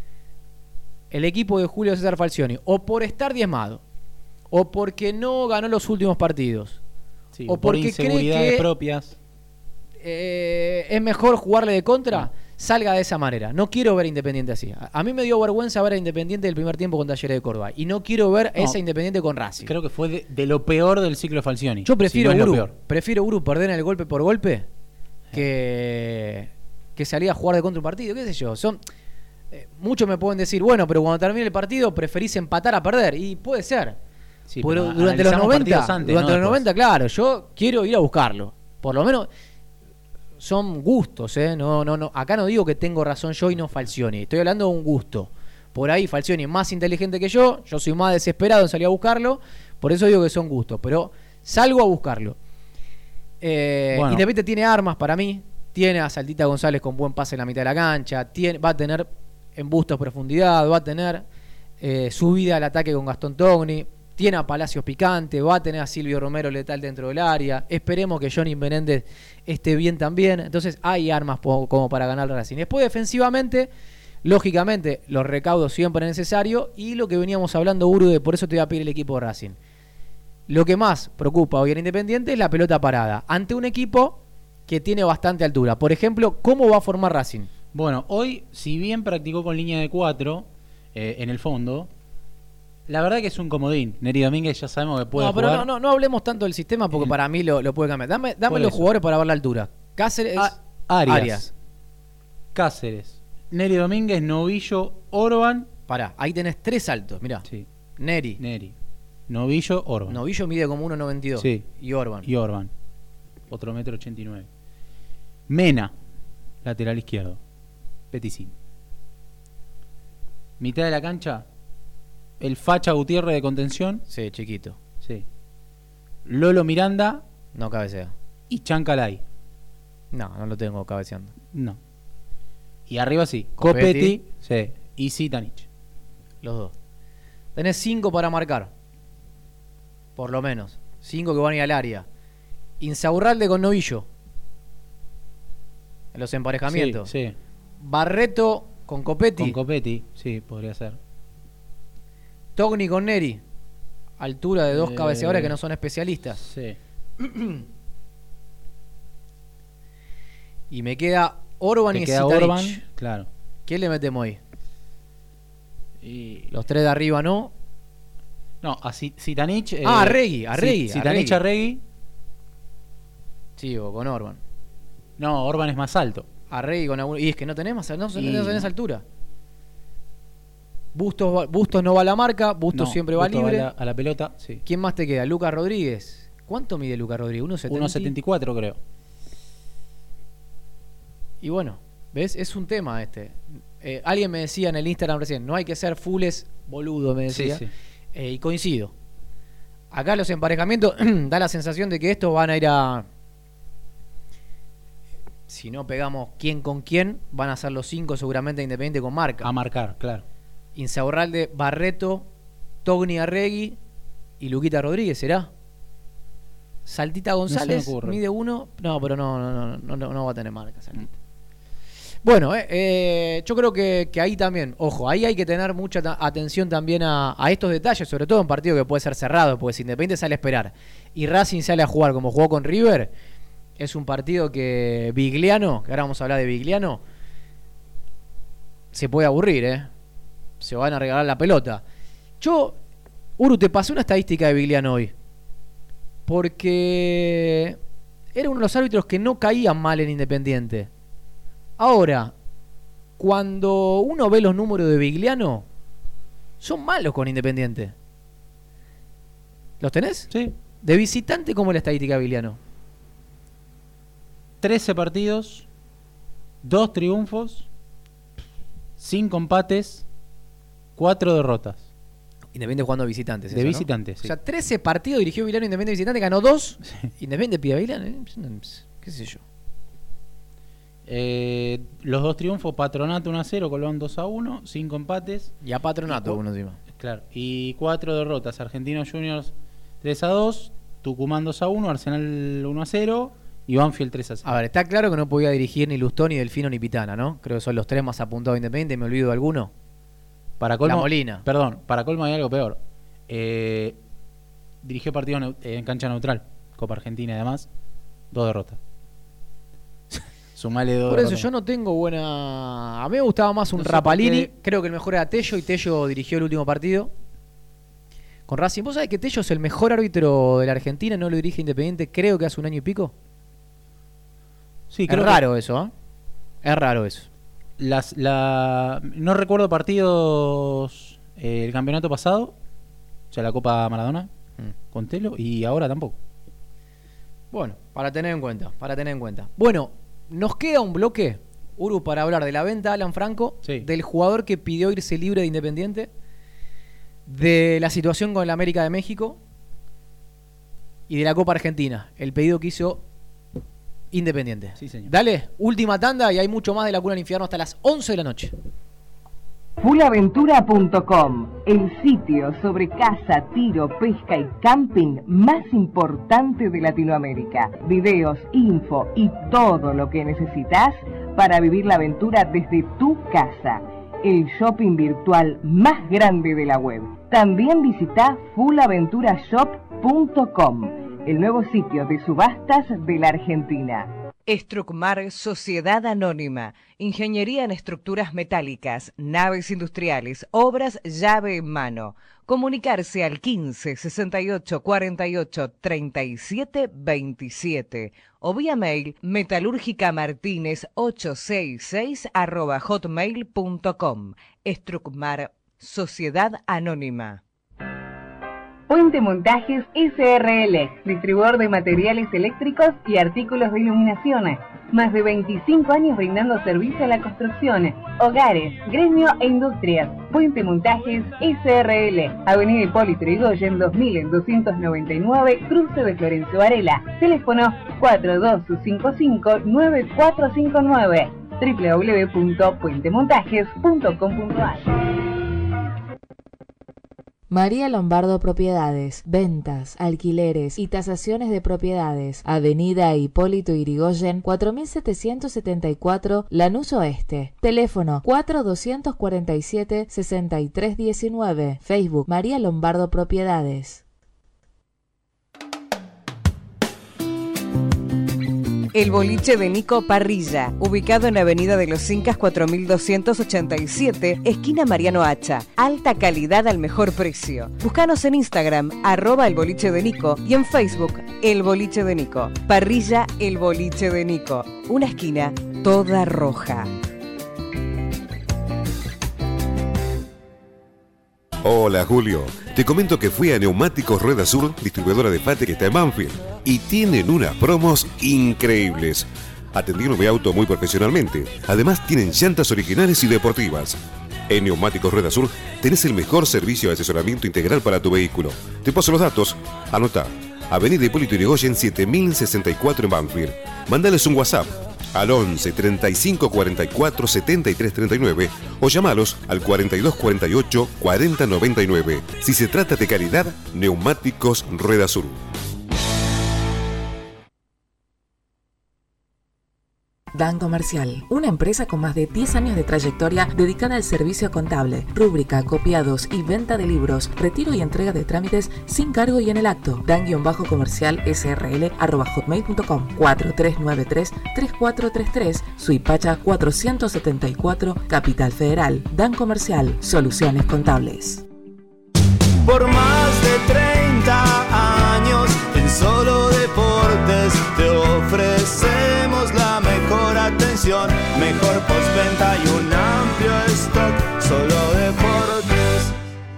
el equipo de Julio César Falcioni, o por estar diezmado, o porque no ganó los últimos partidos, sí, o, o por porque inseguridades cree que propias, eh, es mejor jugarle de contra, sí. salga de esa manera. No quiero ver a Independiente así. A, a mí me dio vergüenza ver a Independiente del primer tiempo con Talleres de Córdoba, y no quiero ver no, esa Independiente con Racing. Creo que fue de, de lo peor del ciclo Falcioni. Yo prefiero si no Uru, prefiero Uru perder en el golpe por golpe que, que salir a jugar de contra un partido, qué sé yo. Son eh, muchos me pueden decir, bueno, pero cuando termine el partido preferís empatar a perder, y puede ser. Sí, pero pero durante los noventa, antes, durante ¿no? los noventa, claro, yo quiero ir a buscarlo. Por lo menos son gustos, ¿eh? No, no, no. Acá no digo que tengo razón yo y no Falcioni. Estoy hablando de un gusto. Por ahí Falcioni es más inteligente que yo. Yo soy más desesperado en salir a buscarlo. Por eso digo que son gustos. Pero salgo a buscarlo. Eh, bueno. Independiente tiene armas para mí. Tiene a Saltita González con buen pase en la mitad de la cancha. Tiene, va a tener embustos profundidad. Va a tener eh, subida al ataque con Gastón Togni. Tiene a Palacios picante, va a tener a Silvio Romero letal dentro del área. Esperemos que Johnny Menéndez esté bien también. Entonces hay armas po- como para ganar el Racing. Después defensivamente, lógicamente, los recaudos siempre necesarios. Y lo que veníamos hablando, Uru, de por eso te voy a pedir el equipo de Racing. Lo que más preocupa hoy en Independiente es la pelota parada. Ante un equipo que tiene bastante altura. Por ejemplo, ¿cómo va a formar Racing? Bueno, hoy, si bien practicó con línea de cuatro, eh, en el fondo... La verdad que es un comodín. Neri Domínguez ya sabemos que puede no, pero jugar. No, no, no hablemos tanto del sistema porque para mí lo, lo puede cambiar. Dame, dame los eso. jugadores para ver la altura. Cáceres, a, Arias, Arias. Cáceres, Neri Domínguez, Novillo, Orban. Pará, ahí tenés tres altos, mirá. Sí. Neri. Neri. Novillo, Orban. Novillo mide como uno noventa y dos. Sí. Y Orban. Y Orban. Otro metro ochenta y nueve. Mena, lateral izquierdo. Peticín. Mitad de la cancha. El Facha Gutiérrez de contención. Sí, chiquito. Sí. Lolo Miranda. No cabecea. Y Chancalay. No, no lo tengo cabeceando. No. Y arriba sí. Copetti. Copetti. Sí. Y Zitanich. Los dos. Tenés cinco para marcar. Por lo menos. Cinco que van a ir al área. Insaurralde con Novillo. En los emparejamientos. Sí, sí. Barreto con Copetti. Con Copetti, sí, podría ser. Togni con Neri. Altura de dos eh, cabeceadores que no son especialistas. Sí. Y me queda Orban Te y queda Zitanich. Orban, claro. ¿Quién le metemos ahí? Y... Los tres de arriba, ¿no? No, a Zitanich. Eh, ah, Arregui, Arregui. Zitanich, Arregui. Sí, o con Orban. No, Orban es más alto. Arregui con algún... Y es que no tenemos, no, no, y... no tenés altura. Bustos, Bustos no va a la marca, Bustos no, siempre va Bustos libre. Va a, la, a la pelota, sí. ¿Quién más te queda? Lucas Rodríguez. ¿Cuánto mide Lucas Rodríguez? uno setenta y cuatro creo. Y bueno, ¿Ves? Es un tema este. Eh, alguien me decía en el Instagram recién, no hay que ser fulles boludo, me decía. Sí, sí. Eh, y coincido. Acá los emparejamientos da la sensación de que estos van a ir a... Si no pegamos quién con quién, van a ser los cinco seguramente Independiente con marca. A marcar, claro. Insaurralde, Barreto, Togni Arregui y Luquita Rodríguez, ¿será? Saltita González, no mide uno. No, pero no, no, no, no, no, no va a tener marca, Saltita. Bueno, eh, eh, yo creo que, que ahí también, ojo, ahí hay que tener mucha ta- atención también a, a estos detalles, sobre todo en partido que puede ser cerrado, porque si Independiente sale a esperar y Racing sale a jugar como jugó con River, es un partido que Vigliano, que ahora vamos a hablar de Vigliano, se puede aburrir, ¿eh? Se van a regalar la pelota. Yo, Uru, te pasé una estadística de Vigliano hoy, porque era uno de los árbitros que no caían mal en Independiente. Ahora, cuando uno ve los números de Vigliano, son malos con Independiente. ¿Los tenés? Sí. De visitante, ¿cómo es la estadística de Vigliano? trece partidos, dos triunfos, cinco empates, cuatro derrotas. Independiente jugando de visitantes. De eso, visitantes, ¿no? sí. O sea, trece partidos dirigió Vigliano Independiente visitante, ganó dos. Sí. Independiente pide a Vigliano, ¿eh? ¿Qué sé yo? Eh, los dos triunfos, Patronato uno a cero, Colón dos a uno, cinco empates. Y a Patronato uno encima. Claro. Y cuatro derrotas, Argentinos Juniors tres a dos, Tucumán dos a uno, Arsenal uno a cero y Banfield tres a cero. A ver, está claro que no podía dirigir ni Lustó, ni Delfino, ni Pitana, ¿no? Creo que son los tres más apuntados de Independiente, ¿me olvido de alguno? Para colmo, La Molina. Perdón, para colmo hay algo peor. Eh, dirigió partidos neu- en cancha neutral, Copa Argentina y demás, dos derrotas. Sumale dos Por eso derrotas. yo no tengo buena... A mí me gustaba más un No sé Rapalini. por qué. Creo que el mejor era Tello y Tello dirigió el último partido con Racing. ¿Vos sabés que Tello es el mejor árbitro de la Argentina? No lo dirige Independiente, creo que hace un año y pico. Sí, Es creo raro que eso, ¿eh? Es raro eso. las, la, no recuerdo partidos eh, el campeonato pasado, o sea, la Copa Maradona, Mm. con Telo, y ahora tampoco. Bueno, para tener en cuenta, para tener en cuenta. Bueno, nos queda un bloque, Uru, para hablar de la venta de Alan Franco, Sí. del jugador que pidió irse libre de Independiente, de la situación con el América de México y de la Copa Argentina, el pedido que hizo Independiente. Sí, señor. Dale, última tanda y hay mucho más de La Cuna al Infierno hasta las once de la noche. full aventura punto com, el sitio sobre caza, tiro, pesca y camping más importante de Latinoamérica. Videos, info y todo lo que necesitas para vivir la aventura desde tu casa. El shopping virtual más grande de la web. También visita full aventura shop punto com, el nuevo sitio de subastas de la Argentina. Estrucmar Sociedad Anónima, Ingeniería en Estructuras Metálicas, Naves Industriales, Obras llave en mano. Comunicarse al quince, sesenta y ocho, cuarenta y ocho, treinta y siete, veintisiete o vía mail metalúrgicamartínez ochocientos sesenta y seis arroba hotmail punto com. Estrucmar Sociedad Anónima. Puente Montajes S R L, distribuidor de materiales eléctricos y artículos de iluminación. Más de veinticinco años brindando servicio a la construcción, hogares, gremio e industrias. Puente Montajes S R L, Avenida Hipólito Yrigoyen dos mil doscientos noventa y nueve, cruce de Florencio Varela. Teléfono cuatro dos cinco cinco, nueve cuatro cinco nueve, doble u doble u doble u punto puente montajes punto com punto a r. María Lombardo Propiedades, ventas, alquileres y tasaciones de propiedades. Avenida Hipólito Yrigoyen, cuatro mil setecientos setenta y cuatro, Lanús Oeste. Teléfono cuatro dos cuatro siete, seis tres uno nueve. Facebook María Lombardo Propiedades. El Boliche de Nico Parrilla, ubicado en Avenida de los Incas cuatro mil doscientos ochenta y siete, esquina Mariano Hacha. Alta calidad al mejor precio. Búscanos en Instagram, arroba el boliche de Nico, y en Facebook, El Boliche de Nico. Parrilla El Boliche de Nico. Una esquina toda roja. Hola Julio, te comento que fui a Neumáticos Rueda Sur, distribuidora de Fate que está en Banfield, y tienen unas promos increíbles. Atendieron mi auto muy profesionalmente. Además tienen llantas originales y deportivas. En Neumáticos Rueda Sur tenés el mejor servicio de asesoramiento integral para tu vehículo. Te paso los datos. Anotá. Avenida Hipólito Yrigoyen siete mil sesenta y cuatro en Banfield. Mándales un WhatsApp al once treinta y cinco cuarenta y cuatro setenta y tres treinta y nueve o llamalos al cuarenta y dos cuarenta y ocho cuarenta noventa y nueve. Si se trata de calidad, Neumáticos Rueda Sur. Dan Comercial, una empresa con más de diez años de trayectoria dedicada al servicio contable, rúbrica, copiados y venta de libros, retiro y entrega de trámites sin cargo y en el acto. Dan-comercial srl arroba hotmail punto com cuatro tres nueve tres tres cuatro tres tres, Suipacha cuatrocientos setenta y cuatro, Capital Federal. Dan Comercial, soluciones contables. Por más de treinta años en Solo Deportes te ofrecemos la mejor atención, mejor postventa y un amplio stock. Solo Deportes.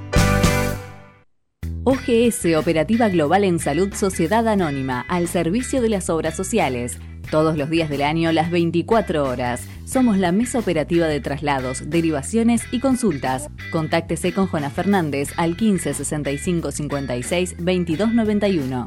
O G S, Operativa Global en Salud Sociedad Anónima, al servicio de las obras sociales. Todos los días del año, las veinticuatro horas. Somos la mesa operativa de traslados, derivaciones y consultas. Contáctese con Joana Fernández al quince sesenta y cinco cincuenta y seis veintidós noventa y uno.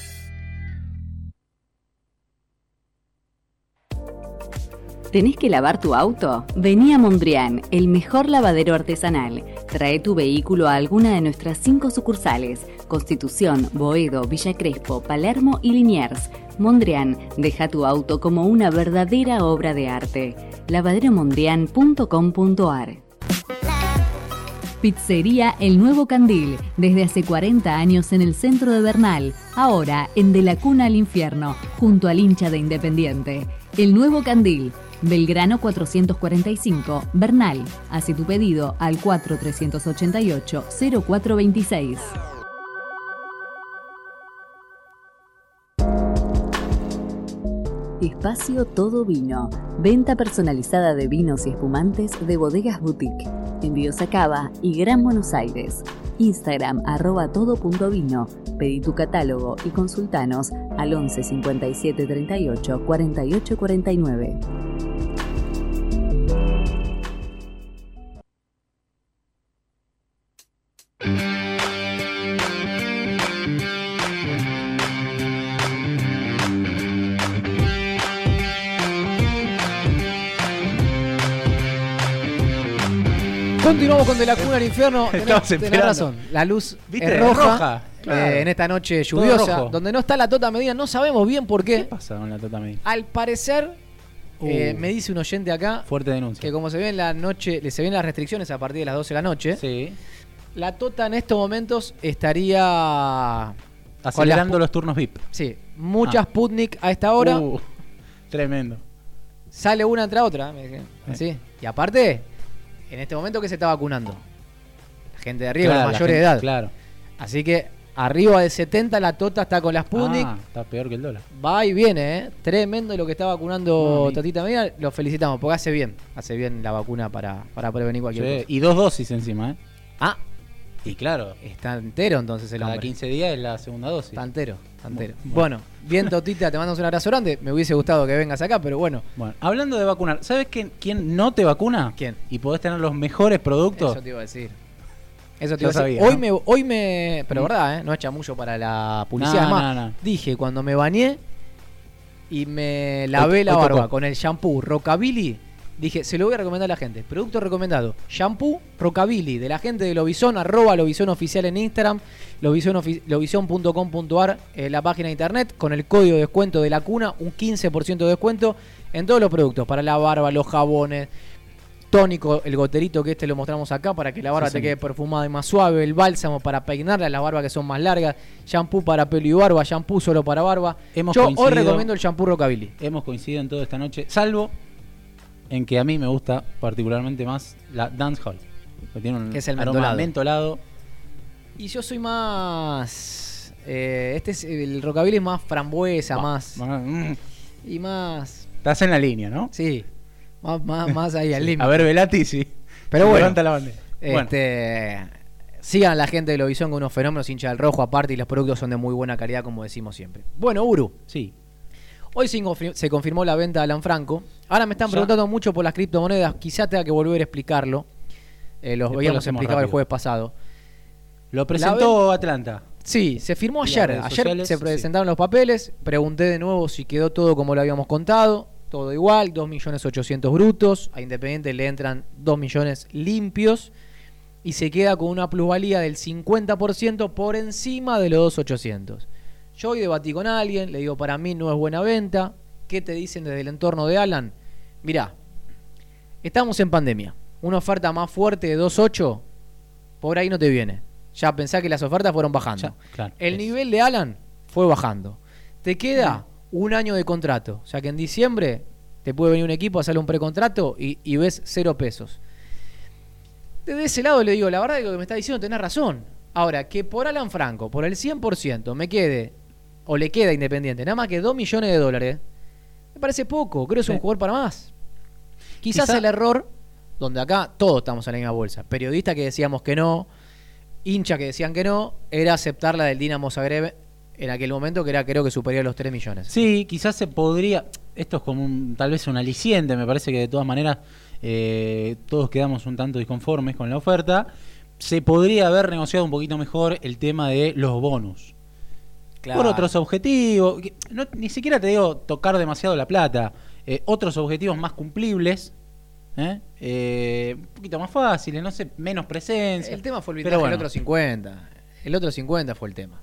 ¿Tenés que lavar tu auto? Vení a Mondrian, el mejor lavadero artesanal. Trae tu vehículo a alguna de nuestras cinco sucursales: Constitución, Boedo, Villa Crespo, Palermo y Liniers. Mondrian, deja tu auto como una verdadera obra de arte. lavadero mondrian punto com punto ar. Pizzería El Nuevo Candil, desde hace cuarenta años en el centro de Bernal, ahora en De la Cuna al Infierno, junto al hincha de Independiente. El Nuevo Candil, Belgrano cuatrocientos cuarenta y cinco, Bernal. Hace tu pedido al cuatro tres ocho ocho cero cuatro dos seis. Espacio Todo Vino. Venta personalizada de vinos y espumantes de Bodegas Boutique. Envíos a Cava y Gran Buenos Aires. Instagram arroba todo punto vino. Pedí tu catálogo y consultanos al once cincuenta y siete treinta y ocho cuarenta y ocho cuarenta y nueve. Continuamos con De la Cuna al Infierno. Tenés, tenés razón. La luz ¿Viste? es roja, roja. Claro. eh, en esta noche lluviosa, donde no está la Tota Medina. No sabemos bien por qué. ¿Qué pasa con la Tota Medina? Al parecer, uh, eh, me dice un oyente acá, fuerte denuncia, que como se ve en la noche, se ven las restricciones a partir de las doce de la noche. Sí. La Tota en estos momentos estaría acelerando los turnos V I P. Sí, muchas ah. Sputnik a esta hora. Uh, tremendo. Sale una entre otra, me dije, así. Eh. Y aparte, en este momento que se está vacunando la gente de arriba, claro, la mayor de edad. Claro. Así que arriba de setenta la Tota está con la Sputnik. Ah, está peor que el dólar. Va y viene, ¿eh? Tremendo lo que está vacunando no, Totita Medina. Lo felicitamos porque hace bien. Hace bien la vacuna para, para prevenir cualquier sí, cosa. Y dos dosis encima, ¿eh? Ah. Y claro. Está entero entonces el Cada hombre. quince días es la segunda dosis. Está entero. Está entero. Bueno, bueno, bien Totita, te mandamos un abrazo grande. Me hubiese gustado que vengas acá, pero bueno. Bueno, hablando de vacunar, ¿sabes quién, quién no te vacuna? ¿Quién? Y podés tener los mejores productos. Eso te iba a decir. Eso te Yo iba a decir. sabía, hoy, ¿no? me, hoy me. Pero verdad, ¿eh? No es chamullo para la publicidad. No, Además, no, no. dije cuando me bañé y me lavé Hoy- la hoy barba tocó. con el shampoo Rockabilly, dije, se lo voy a recomendar a la gente. Producto recomendado: shampoo Rockabilly, de la gente de Lobizón, arroba Lobizón oficial en Instagram, lobizón punto com punto ar, eh, la página de internet, con el código de descuento de La Cuna, un quince por ciento de descuento en todos los productos, para la barba, los jabones, tónico, el goterito que este lo mostramos acá para que la barba Sí, te señor. quede perfumada y más suave, el bálsamo para peinarla, las barbas que son más largas, shampoo para pelo y barba, shampoo solo para barba. Hemos Yo hoy coincidido- recomiendo el shampoo Rockabilly. Hemos coincidido en toda esta noche, salvo en que a mí me gusta particularmente más la Dancehall, que tiene un Que es el aroma mentolado. mentolado. Y yo soy más... eh, este es el Rockabilly es más frambuesa, Bah, más... bah, mm. Y más... Estás en la línea, ¿no? Sí, más, más, más ahí al Sí. límite. A ver, Velati, sí. Pero bueno, Levanta la bandera. Bueno. Este, sigan a la gente de Lobizón, con unos fenómenos, hincha del rojo aparte, y los productos son de muy buena calidad, como decimos siempre. Bueno, Uru. Sí. Hoy se confirmó la venta de Alan Franco. Ahora me están preguntando ¿Ya? mucho por las criptomonedas. Quizá tenga que volver a explicarlo. Eh, los habíamos explicado el jueves pasado. Lo presentó Atlanta. Sí, se firmó ayer. Ayer sociales, se presentaron sí. los papeles. Pregunté de nuevo si quedó todo como lo habíamos contado. Todo igual, dos millones ochocientos brutos. A Independiente le entran dos millones limpios. Y se queda con una plusvalía del cincuenta por ciento por encima de los dos millones ochocientos. Yo hoy debatí con alguien, le digo, para mí no es buena venta. ¿Qué te dicen desde el entorno de Alan? Mirá, estamos en pandemia. Una oferta más fuerte de dos punto ocho, por ahí no te viene. Ya pensá que las ofertas fueron bajando. Ya, claro, el es. nivel de Alan fue bajando. Te queda mm. un año de contrato. O sea que en diciembre te puede venir un equipo a hacerle un precontrato y, y ves cero pesos. Desde ese lado le digo, la verdad que lo que me está diciendo tenés razón. Ahora, que por Alan Franco, por el cien por ciento me quede, o le queda Independiente, nada más que dos millones de dólares, me parece poco. Creo que es un jugador para más. Quizás Quizá... el error, donde acá todos estamos en la misma bolsa, periodistas que decíamos que no, hinchas que decían que no, era aceptar la del Dinamo Zagreb en aquel momento, que era creo que superior a los tres millones. Sí, quizás se podría, esto es como un, tal vez un aliciente, me parece que de todas maneras eh, todos quedamos un tanto disconformes con la oferta. Se podría haber negociado un poquito mejor el tema de los bonus. Claro. Por otros objetivos, no, ni siquiera te digo tocar demasiado la plata, eh, otros objetivos más cumplibles. ¿Eh? Eh, un poquito más fáciles, no sé, menos presencia. El tema fue el viaje, bueno. el otro cincuenta. El otro cincuenta fue el tema.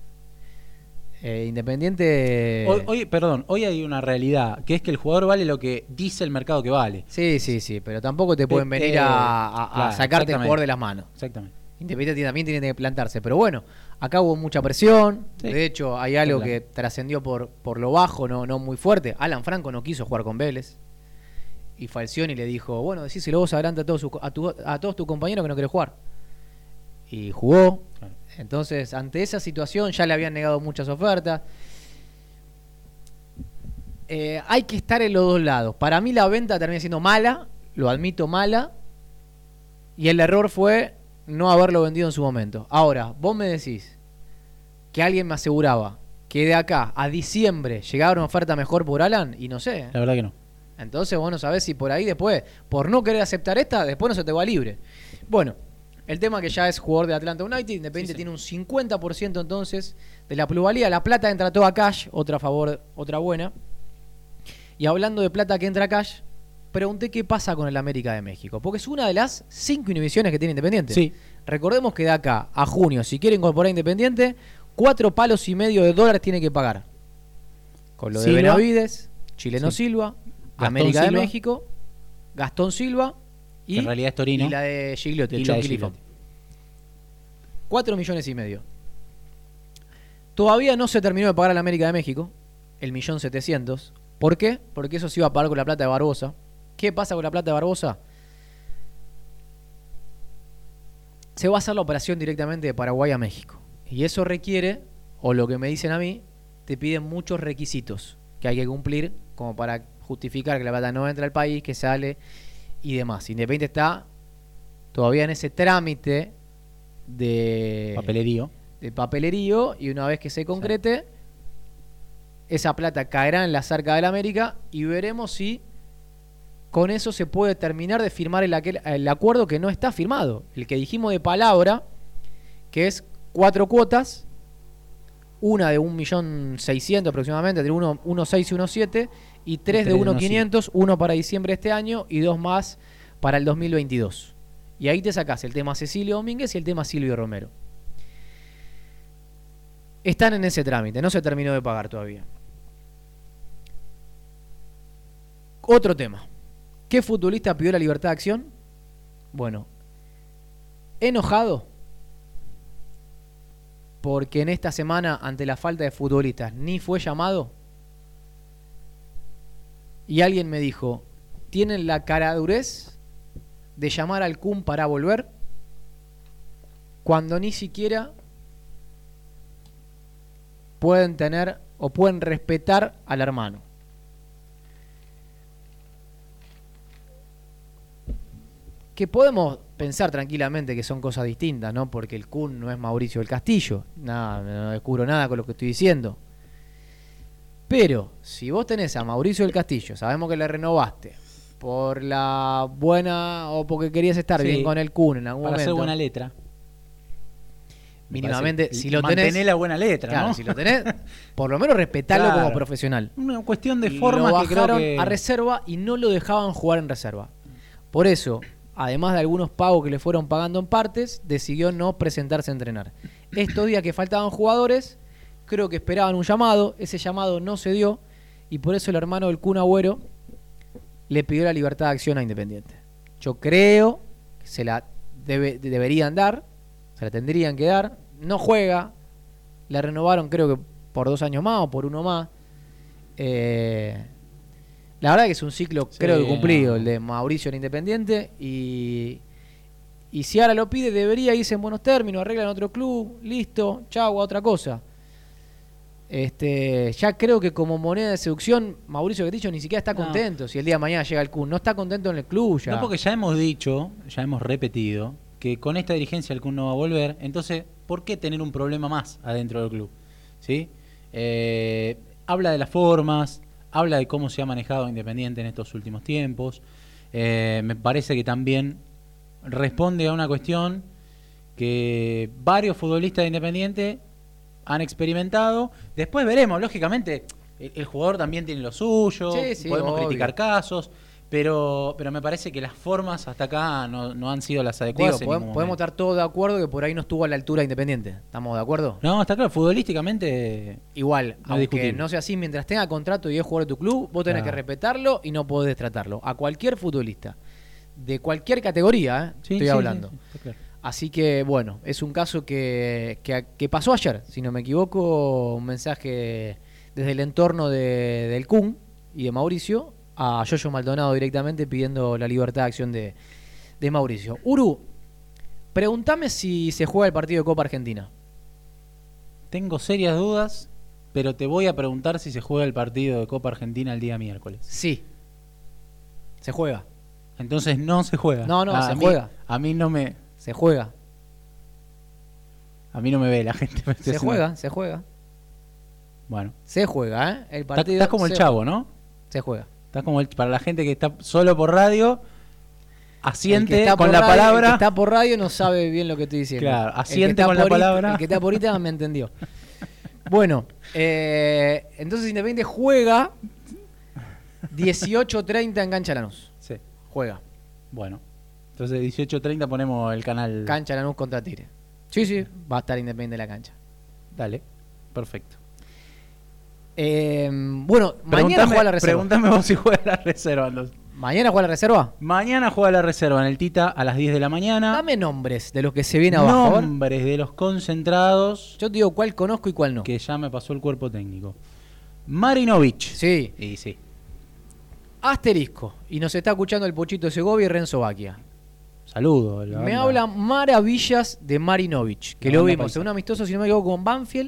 Eh, Independiente. Hoy, hoy, perdón, hoy hay una realidad, que es que el jugador vale lo que dice el mercado que vale. Sí, sí, sí, pero tampoco te pueden venir eh, a, a, claro, a sacarte el jugador de las manos. Exactamente. Independiente también tiene que plantarse, pero bueno, acá hubo mucha presión. Sí. De hecho, hay algo claro. que trascendió por, por lo bajo, no, no muy fuerte. Alan Franco no quiso jugar con Vélez. Y Falcioni le dijo, bueno, decíselo vos adelante a todos, sus, a, tu, a todos tus compañeros que no querés jugar. Y jugó. Claro. Entonces, ante esa situación ya le habían negado muchas ofertas. Eh, hay que estar en los dos lados. Para mí la venta termina siendo mala, lo admito, mala. Y el error fue no haberlo vendido en su momento. Ahora, vos me decís que alguien me aseguraba que de acá a diciembre llegaba una oferta mejor por Alan, y no sé. La verdad que no. Entonces vos no sabés si por ahí después, por no querer aceptar esta, después no se te va libre. Bueno, el tema que ya es jugador de Atlanta United, Independiente sí, sí. tiene un cincuenta por ciento entonces de la plusvalía. La plata entra toda a cash, otra favor, otra buena. Y hablando de plata que entra a cash, pregunté qué pasa con el América de México, porque es una de las cinco inhibiciones que tiene Independiente. Sí. Recordemos que de acá a junio, si quiere incorporar Independiente, cuatro palos y medio de dólares tiene que pagar. Con lo de Silva. Benavides, Chileno sí. Silva, Gastón América Silva. de México, Gastón Silva y, en realidad es Torino. Y la de Gigliotti, el Gigliotti. Cuatro millones y medio. Todavía no se terminó de pagar a la América de México, el millón setecientos. ¿Por qué? Porque eso se iba a pagar con la plata de Barbosa. ¿Qué pasa con la plata de Barbosa? Se va a hacer la operación directamente de Paraguay a México. Y eso requiere, o lo que me dicen a mí, te piden muchos requisitos que hay que cumplir como para justificar que la plata no entra al país, que sale y demás. Independiente está todavía en ese trámite de papelerío. De papelerío, y una vez que se concrete, sí. esa plata caerá en la Arcas del América y veremos si con eso se puede terminar de firmar el, aquel, el acuerdo que no está firmado. El que dijimos de palabra, que es cuatro cuotas, una de un millón seiscientos aproximadamente, entre uno coma seis y uno coma siete, y tres de uno coma quinientos, uno para diciembre de este año y dos más para el dos mil veintidós. Y ahí te sacás el tema Cecilio Domínguez y el tema Silvio Romero. Están en ese trámite, no se terminó de pagar todavía. Otro tema. ¿Qué futbolista pidió la libertad de acción? Bueno, enojado porque en esta semana, ante la falta de futbolistas, ni fue llamado. Y alguien me dijo, ¿tienen la caradurez de llamar al Kun para volver? Cuando ni siquiera pueden tener o pueden respetar al hermano. Que podemos pensar tranquilamente que son cosas distintas, ¿no? Porque el Kun no es Mauricio del Castillo. Nada, no descubro nada con lo que estoy diciendo. Pero si vos tenés a Mauricio del Castillo, sabemos que le renovaste por la buena o porque querías estar Sí, bien con el Kun en algún para momento. hacer buena letra. Me Mínimamente, parece- si lo tenés. mantener la buena letra, Claro, ¿no? si lo tenés, por lo menos respetalo Claro. como profesional. Una cuestión de Lo forma que creo bajaron que... a reserva y no lo dejaban jugar en reserva. Por eso, además de algunos pagos que le fueron pagando en partes, decidió no presentarse a entrenar. Estos días que faltaban jugadores, creo que esperaban un llamado, ese llamado no se dio y por eso el hermano del Kun Agüero le pidió la libertad de acción a Independiente. Yo creo que se la debe- deberían dar, se la tendrían que dar. No juega, la renovaron creo que por dos años más o por uno más. Eh, la verdad que es un ciclo Sí, creo que cumplido, no. el de Mauricio en Independiente. Y, y si ahora lo pide, debería irse en buenos términos, arreglan otro club, listo, chau, a otra cosa. Este, ya creo que como moneda de seducción, Mauricio Castillo ni siquiera está No. contento. Si el día de mañana llega el Kun, no está contento en el club ya. No, porque ya hemos dicho, ya hemos repetido, que con esta dirigencia el Kun no va a volver. Entonces, ¿por qué tener un problema más adentro del club? ¿Sí? Eh, habla de las formas, habla de cómo se ha manejado Independiente en estos últimos tiempos. Eh, me parece que también responde a una cuestión que varios futbolistas de Independiente han experimentado. Después veremos, lógicamente, el, el jugador también tiene lo suyo, Sí, sí, podemos obvio. criticar casos, pero, pero me parece que las formas hasta acá no, no han sido las Digo, adecuadas. en podemos, ningún podemos momento. estar todos de acuerdo que por ahí no estuvo a la altura de Independiente. ¿Estamos de acuerdo? No, está claro, futbolísticamente Igual, no es aunque discutible. no sea así, mientras tenga contrato y es jugador de tu club, vos tenés Claro. que respetarlo y no podés tratarlo. A cualquier futbolista, de cualquier categoría, ¿eh? Sí, estoy sí, hablando. sí, sí, está claro. Así que, bueno, es un caso que, que, que pasó ayer, si no me equivoco, un mensaje desde el entorno de, del Kun y de Mauricio a Yoyo Maldonado directamente pidiendo la libertad de acción de, de Mauricio. Uru, pregúntame si se juega el partido de Copa Argentina. Tengo serias dudas, pero te voy a preguntar si se juega el partido de Copa Argentina el día miércoles. Sí. Se juega. Entonces no se juega. No, no, Ah, se a mí- juega. A mí no me... Se juega. A mí no me ve la gente. me estoy Se haciendo- juega, se juega. Bueno. Se juega, ¿eh? El Estás- partido Estás como el se- chavo, ¿no? Se juega. Estás como el... Para la gente que está solo por radio, El asiente que está con por la radio- palabra... El que está por radio no sabe bien lo que estoy diciendo. Claro, El que asiente está con la por it- palabra. El que está por ahorita me entendió. Bueno, eh, entonces Independiente juega dieciocho treinta en Cancha Lanús. Sí. Juega. Bueno. Entonces dieciocho treinta ponemos el canal... Cancha Lanús contra Tigre. Sí, sí, va a estar Independiente en la cancha. Dale. Perfecto. Eh, bueno, mañana Preguntame- juega la reserva. Pregúntame vos si juega la reserva. entonces. ¿Mañana juega la reserva? Mañana juega la reserva en el Tita a las diez de la mañana. Dame nombres de los que se viene abajo. a ver. Nombres de los concentrados. Yo te digo cuál conozco y cuál no. Que ya me pasó el cuerpo técnico. Marinovich. Sí. Y sí. Asterisco. Y nos está escuchando el Pochito Segovia y Renzo Baquia. Saludo. la Me banda. hablan maravillas de Marinovich, que La lo banda vimos paisa. en un amistoso, si no me equivoco, con Banfield.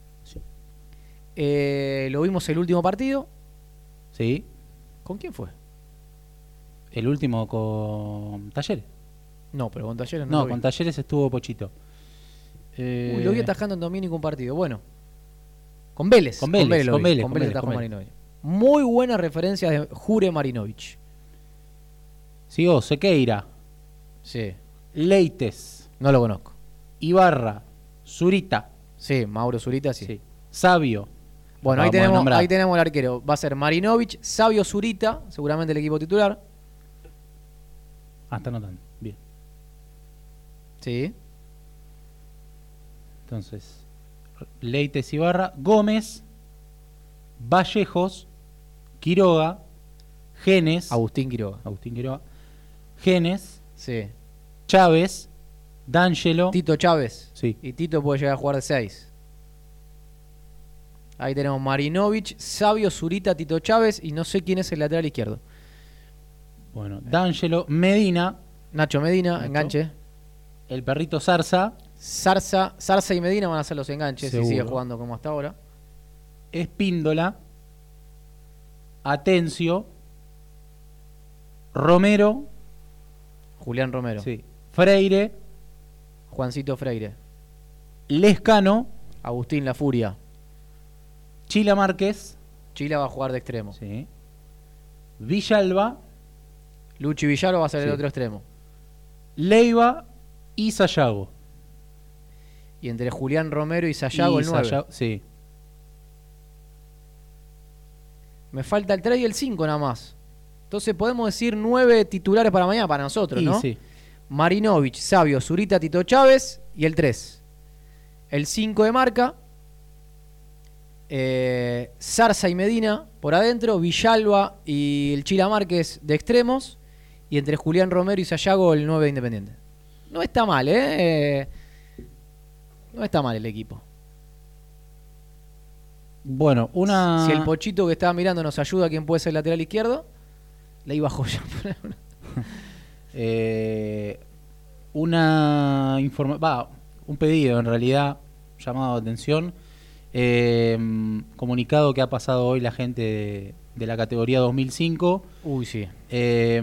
Eh, lo vimos el último partido. Sí. ¿Con quién fue? El último con Talleres. No, pero con Talleres no. No, lo vi. con Talleres estuvo Pochito. Eh, Uy, lo vi atajando en Domínico un partido. Bueno. Con Vélez. Con Vélez, lo con vi. Vélez, Con con Vélez Vélez, atajó con Vélez. Marinovich. Muy buenas referencias de Jure Marinovich. Siguió Sequeira. Sí. Leites. No lo conozco. Ibarra. Zurita. Sí, Mauro Zurita, sí. Sí. Sabio. Bueno, ahí Acabamos de tenemos, nombrar. ahí tenemos el arquero. Va a ser Marinovich, Sabio Zurita, seguramente el equipo titular. Ah, está anotando. Bien. Sí. Entonces, Leites Ibarra, Gómez, Vallejos, Quiroga, Genes, Agustín Quiroga. Agustín Quiroga, Genes, Sí. Chávez, D'Angelo, Tito Chávez. Sí. Y Tito puede llegar a jugar de seis. Ahí tenemos Marinovich, Sabio Zurita, Tito Chávez y no sé quién es el lateral izquierdo. bueno, D'Angelo, Medina, Nacho Medina, Nacho. enganche. el perrito Zarza, Zarza, Zarza y Medina van a ser los enganches Seguro. si sigue jugando como hasta ahora. Espíndola, Atencio, Romero, Julián Romero. sí, Freire, Juancito Freire. Lescano, Agustín La Furia. Chila Márquez, Chila va a jugar de extremo. Sí. Villalba. Luchi Villalba va a ser Sí. el otro extremo. Leiva y Sayago. Y entre Julián Romero y Sayago Y el nueve. Sayago, sí. Me falta el tres y el cinco nada más. Entonces podemos decir nueve titulares para mañana para nosotros, Y ¿no? sí. Marinovich, Sabio, Zurita, Tito Chávez y el tres. El cinco de marca. Eh, Zarza y Medina por adentro. Villalba y el Chila Márquez de extremos. Y entre Julián Romero y Sayago el nueve de Independiente. No está mal, ¿eh? Eh, No está mal el equipo. Bueno, una... Si el Pochito que estaba mirando nos ayuda, ¿quién puede ser el lateral izquierdo? Le iba joya. eh, una informa va, un pedido en realidad, llamado de atención. Eh, comunicado que ha pasado hoy la gente de, de la categoría dos mil cinco. Uy, sí. Eh,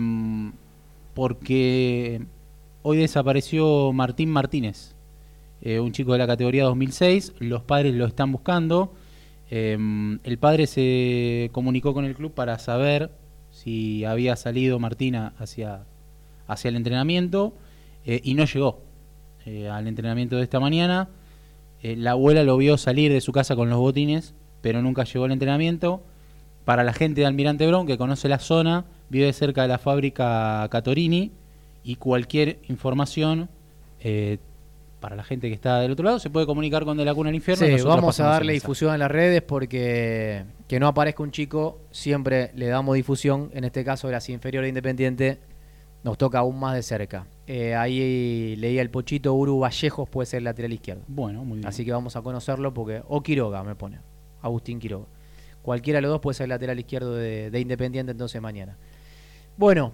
porque hoy desapareció Martín Martínez, eh, un chico de la categoría dos mil seis. Los padres lo están buscando. Eh, el padre se comunicó con el club para saber si había salido Martina hacia, hacia el entrenamiento, eh, y no llegó eh, al entrenamiento de esta mañana. Eh, la abuela lo vio salir de su casa con los botines, pero nunca llegó al entrenamiento. Para la gente de Almirante Brown, que conoce la zona, vive cerca de la fábrica Catorini, y cualquier información, eh, para la gente que está del otro lado, se puede comunicar con De la Cuna al Infierno. Sí, Nosotros vamos a pasamos el darle mensaje. difusión en las redes porque que no aparezca un chico, siempre le damos difusión. En este caso de las inferiores de Independiente, nos toca aún más de cerca. Eh, ahí leía el Pochito, Uru Vallejos puede ser el lateral izquierdo. Bueno, muy bien. Así que vamos a conocerlo porque... O Quiroga me pone, Agustín Quiroga. Cualquiera de los dos puede ser el lateral izquierdo de, de Independiente entonces mañana. Bueno,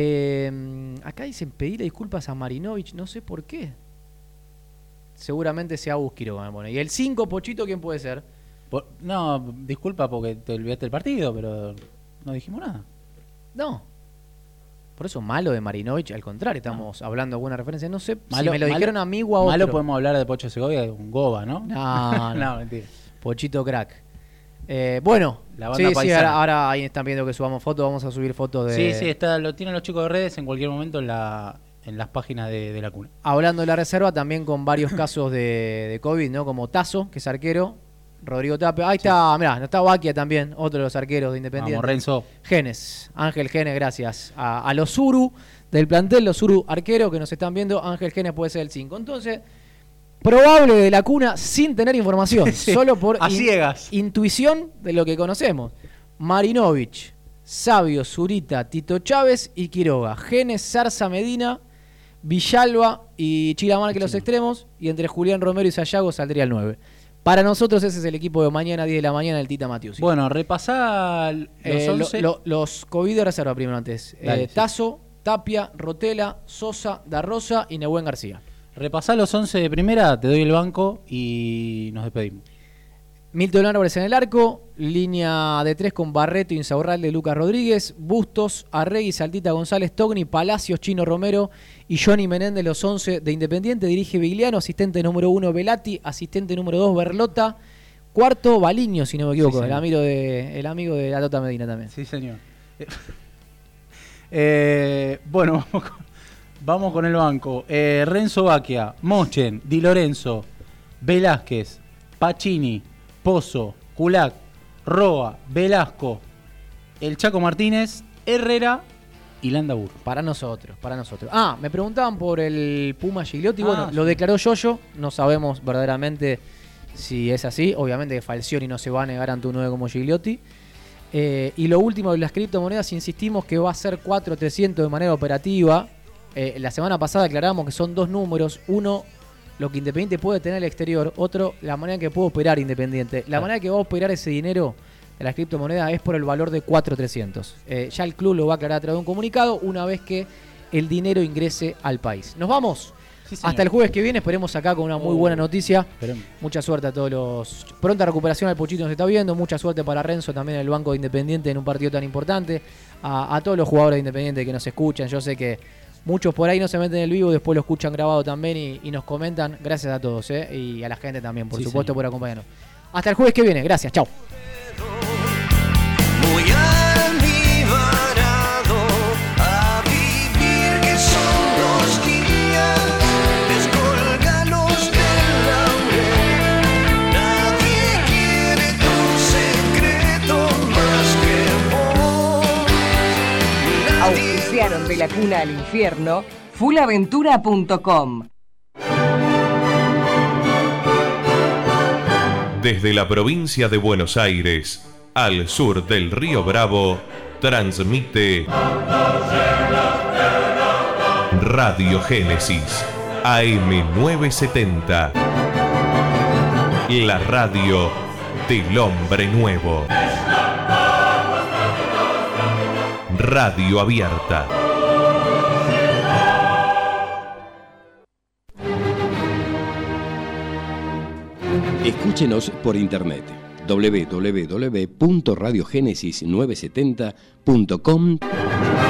eh, acá dicen pedirle disculpas a Marinovich, no sé por qué. Seguramente sea Agus Quiroga me pone. ¿Y el cinco, Pochito, quién puede ser? Por- no, disculpa porque te olvidaste del partido, pero no dijimos nada. No. Por eso malo de Marinovich, al contrario, estamos hablando de alguna referencia. No sé Malo- si me lo malo- dijeron a mí o a otro. Malo podemos hablar de Pocho Segovia, de un Goba, ¿no? No, no. no, mentira. Pochito crack. Eh, bueno, La banda sí, sí, paisana. ahora, ahora ahí están viendo que subamos fotos, vamos a subir fotos de... Sí, sí, está, lo tienen los chicos de redes en cualquier momento en, la, en las páginas de, de la Cuna. Hablando de la reserva, también con varios casos de, de COVID, ¿no? Como Tazo, que es arquero, Rodrigo Tapia. Ahí está, mirá, no está Baquia también, otro de los arqueros de Independiente. Vamos, Renzo. Genes, Ángel Genes, gracias. A, a los Uru del plantel, los Uru arqueros que nos están viendo, Ángel Genes puede ser el cinco. Entonces, probable de la Cuna sin tener información, Sí, solo por a ciegas. intuición de lo que conocemos. Marinovich, Sabio, Zurita, Tito Chávez y Quiroga. Genes, Zarza, Medina, Villalba y Chila Márquez los extremos, y entre Julián Romero y Sayago saldría el nueve. Para nosotros ese es el equipo de mañana, diez de la mañana, del Tita Matiusi. Bueno, repasá los Eh, lo- once. lo- los COVID de reserva primero antes. Dale, Eh, sí. Tazo, Tapia, Rotela, Sosa, Darrosa y Nehuen García. Repasá los once de primera, te doy el banco y nos despedimos. Milton Álvarez en el arco, línea de tres con Barreto, Insaurralde, Lucas Rodríguez, Bustos, Arregui, Saltita González, Togni, Palacios, Chino Romero y Johnny Menéndez, los once de Independiente. Dirige Vigliano, asistente número uno Velati, asistente número dos Berlota, cuarto Baliño, si no me equivoco, Sí, el, señor. amigo de, el amigo de la Tota Medina también. Sí, señor. Eh, bueno, vamos con, vamos con el banco. Eh, Renzo Baquia, Mochen, Di Lorenzo, Velázquez, Pacini, Pozo, Culac, Roa, Velasco, el Chaco Martínez, Herrera y Landabur. Para nosotros, para nosotros. Ah, me preguntaban por el Puma Gigliotti. Ah, Bueno, sí. lo declaró Yoyo. No sabemos verdaderamente si es así. Obviamente que Falcioni no se va a negar ante un nueve como Gigliotti. Eh, y lo último de las criptomonedas, insistimos que va a ser cuatro trescientos de manera operativa. Eh, la semana pasada aclaramos que son dos números. Uno, lo que Independiente puede tener al exterior. Otro, la manera en que puede operar Independiente. La Claro. manera que va a operar ese dinero de las criptomonedas es por el valor de cuatro trescientos. Eh, ya el club lo va a aclarar a través de un comunicado una vez que el dinero ingrese al país. ¿Nos vamos? Sí, señor. Hasta el jueves que viene, esperemos acá con una muy Oh, buena noticia. esperemos. Mucha suerte a todos los... Pronta recuperación al Pochito nos está viendo. Mucha suerte para Renzo también en el banco de Independiente en un partido tan importante. A, a todos los jugadores de Independiente que nos escuchan. Yo sé que muchos por ahí no se meten en el vivo, después lo escuchan grabado también y, y nos comentan. Gracias a todos, ¿eh? Y a la gente también, por Sí, supuesto, señor. por acompañarnos. Hasta el jueves que viene. Gracias. Chau. Auspiciaron de la cuna al infierno full aventura punto com. Desde la provincia de Buenos Aires, al sur del río Bravo, transmite Radio Génesis A M novecientos setenta, la radio del hombre nuevo. Radio abierta. Escúchenos por internet doble u doble u doble u punto radio génesis novecientos setenta punto com.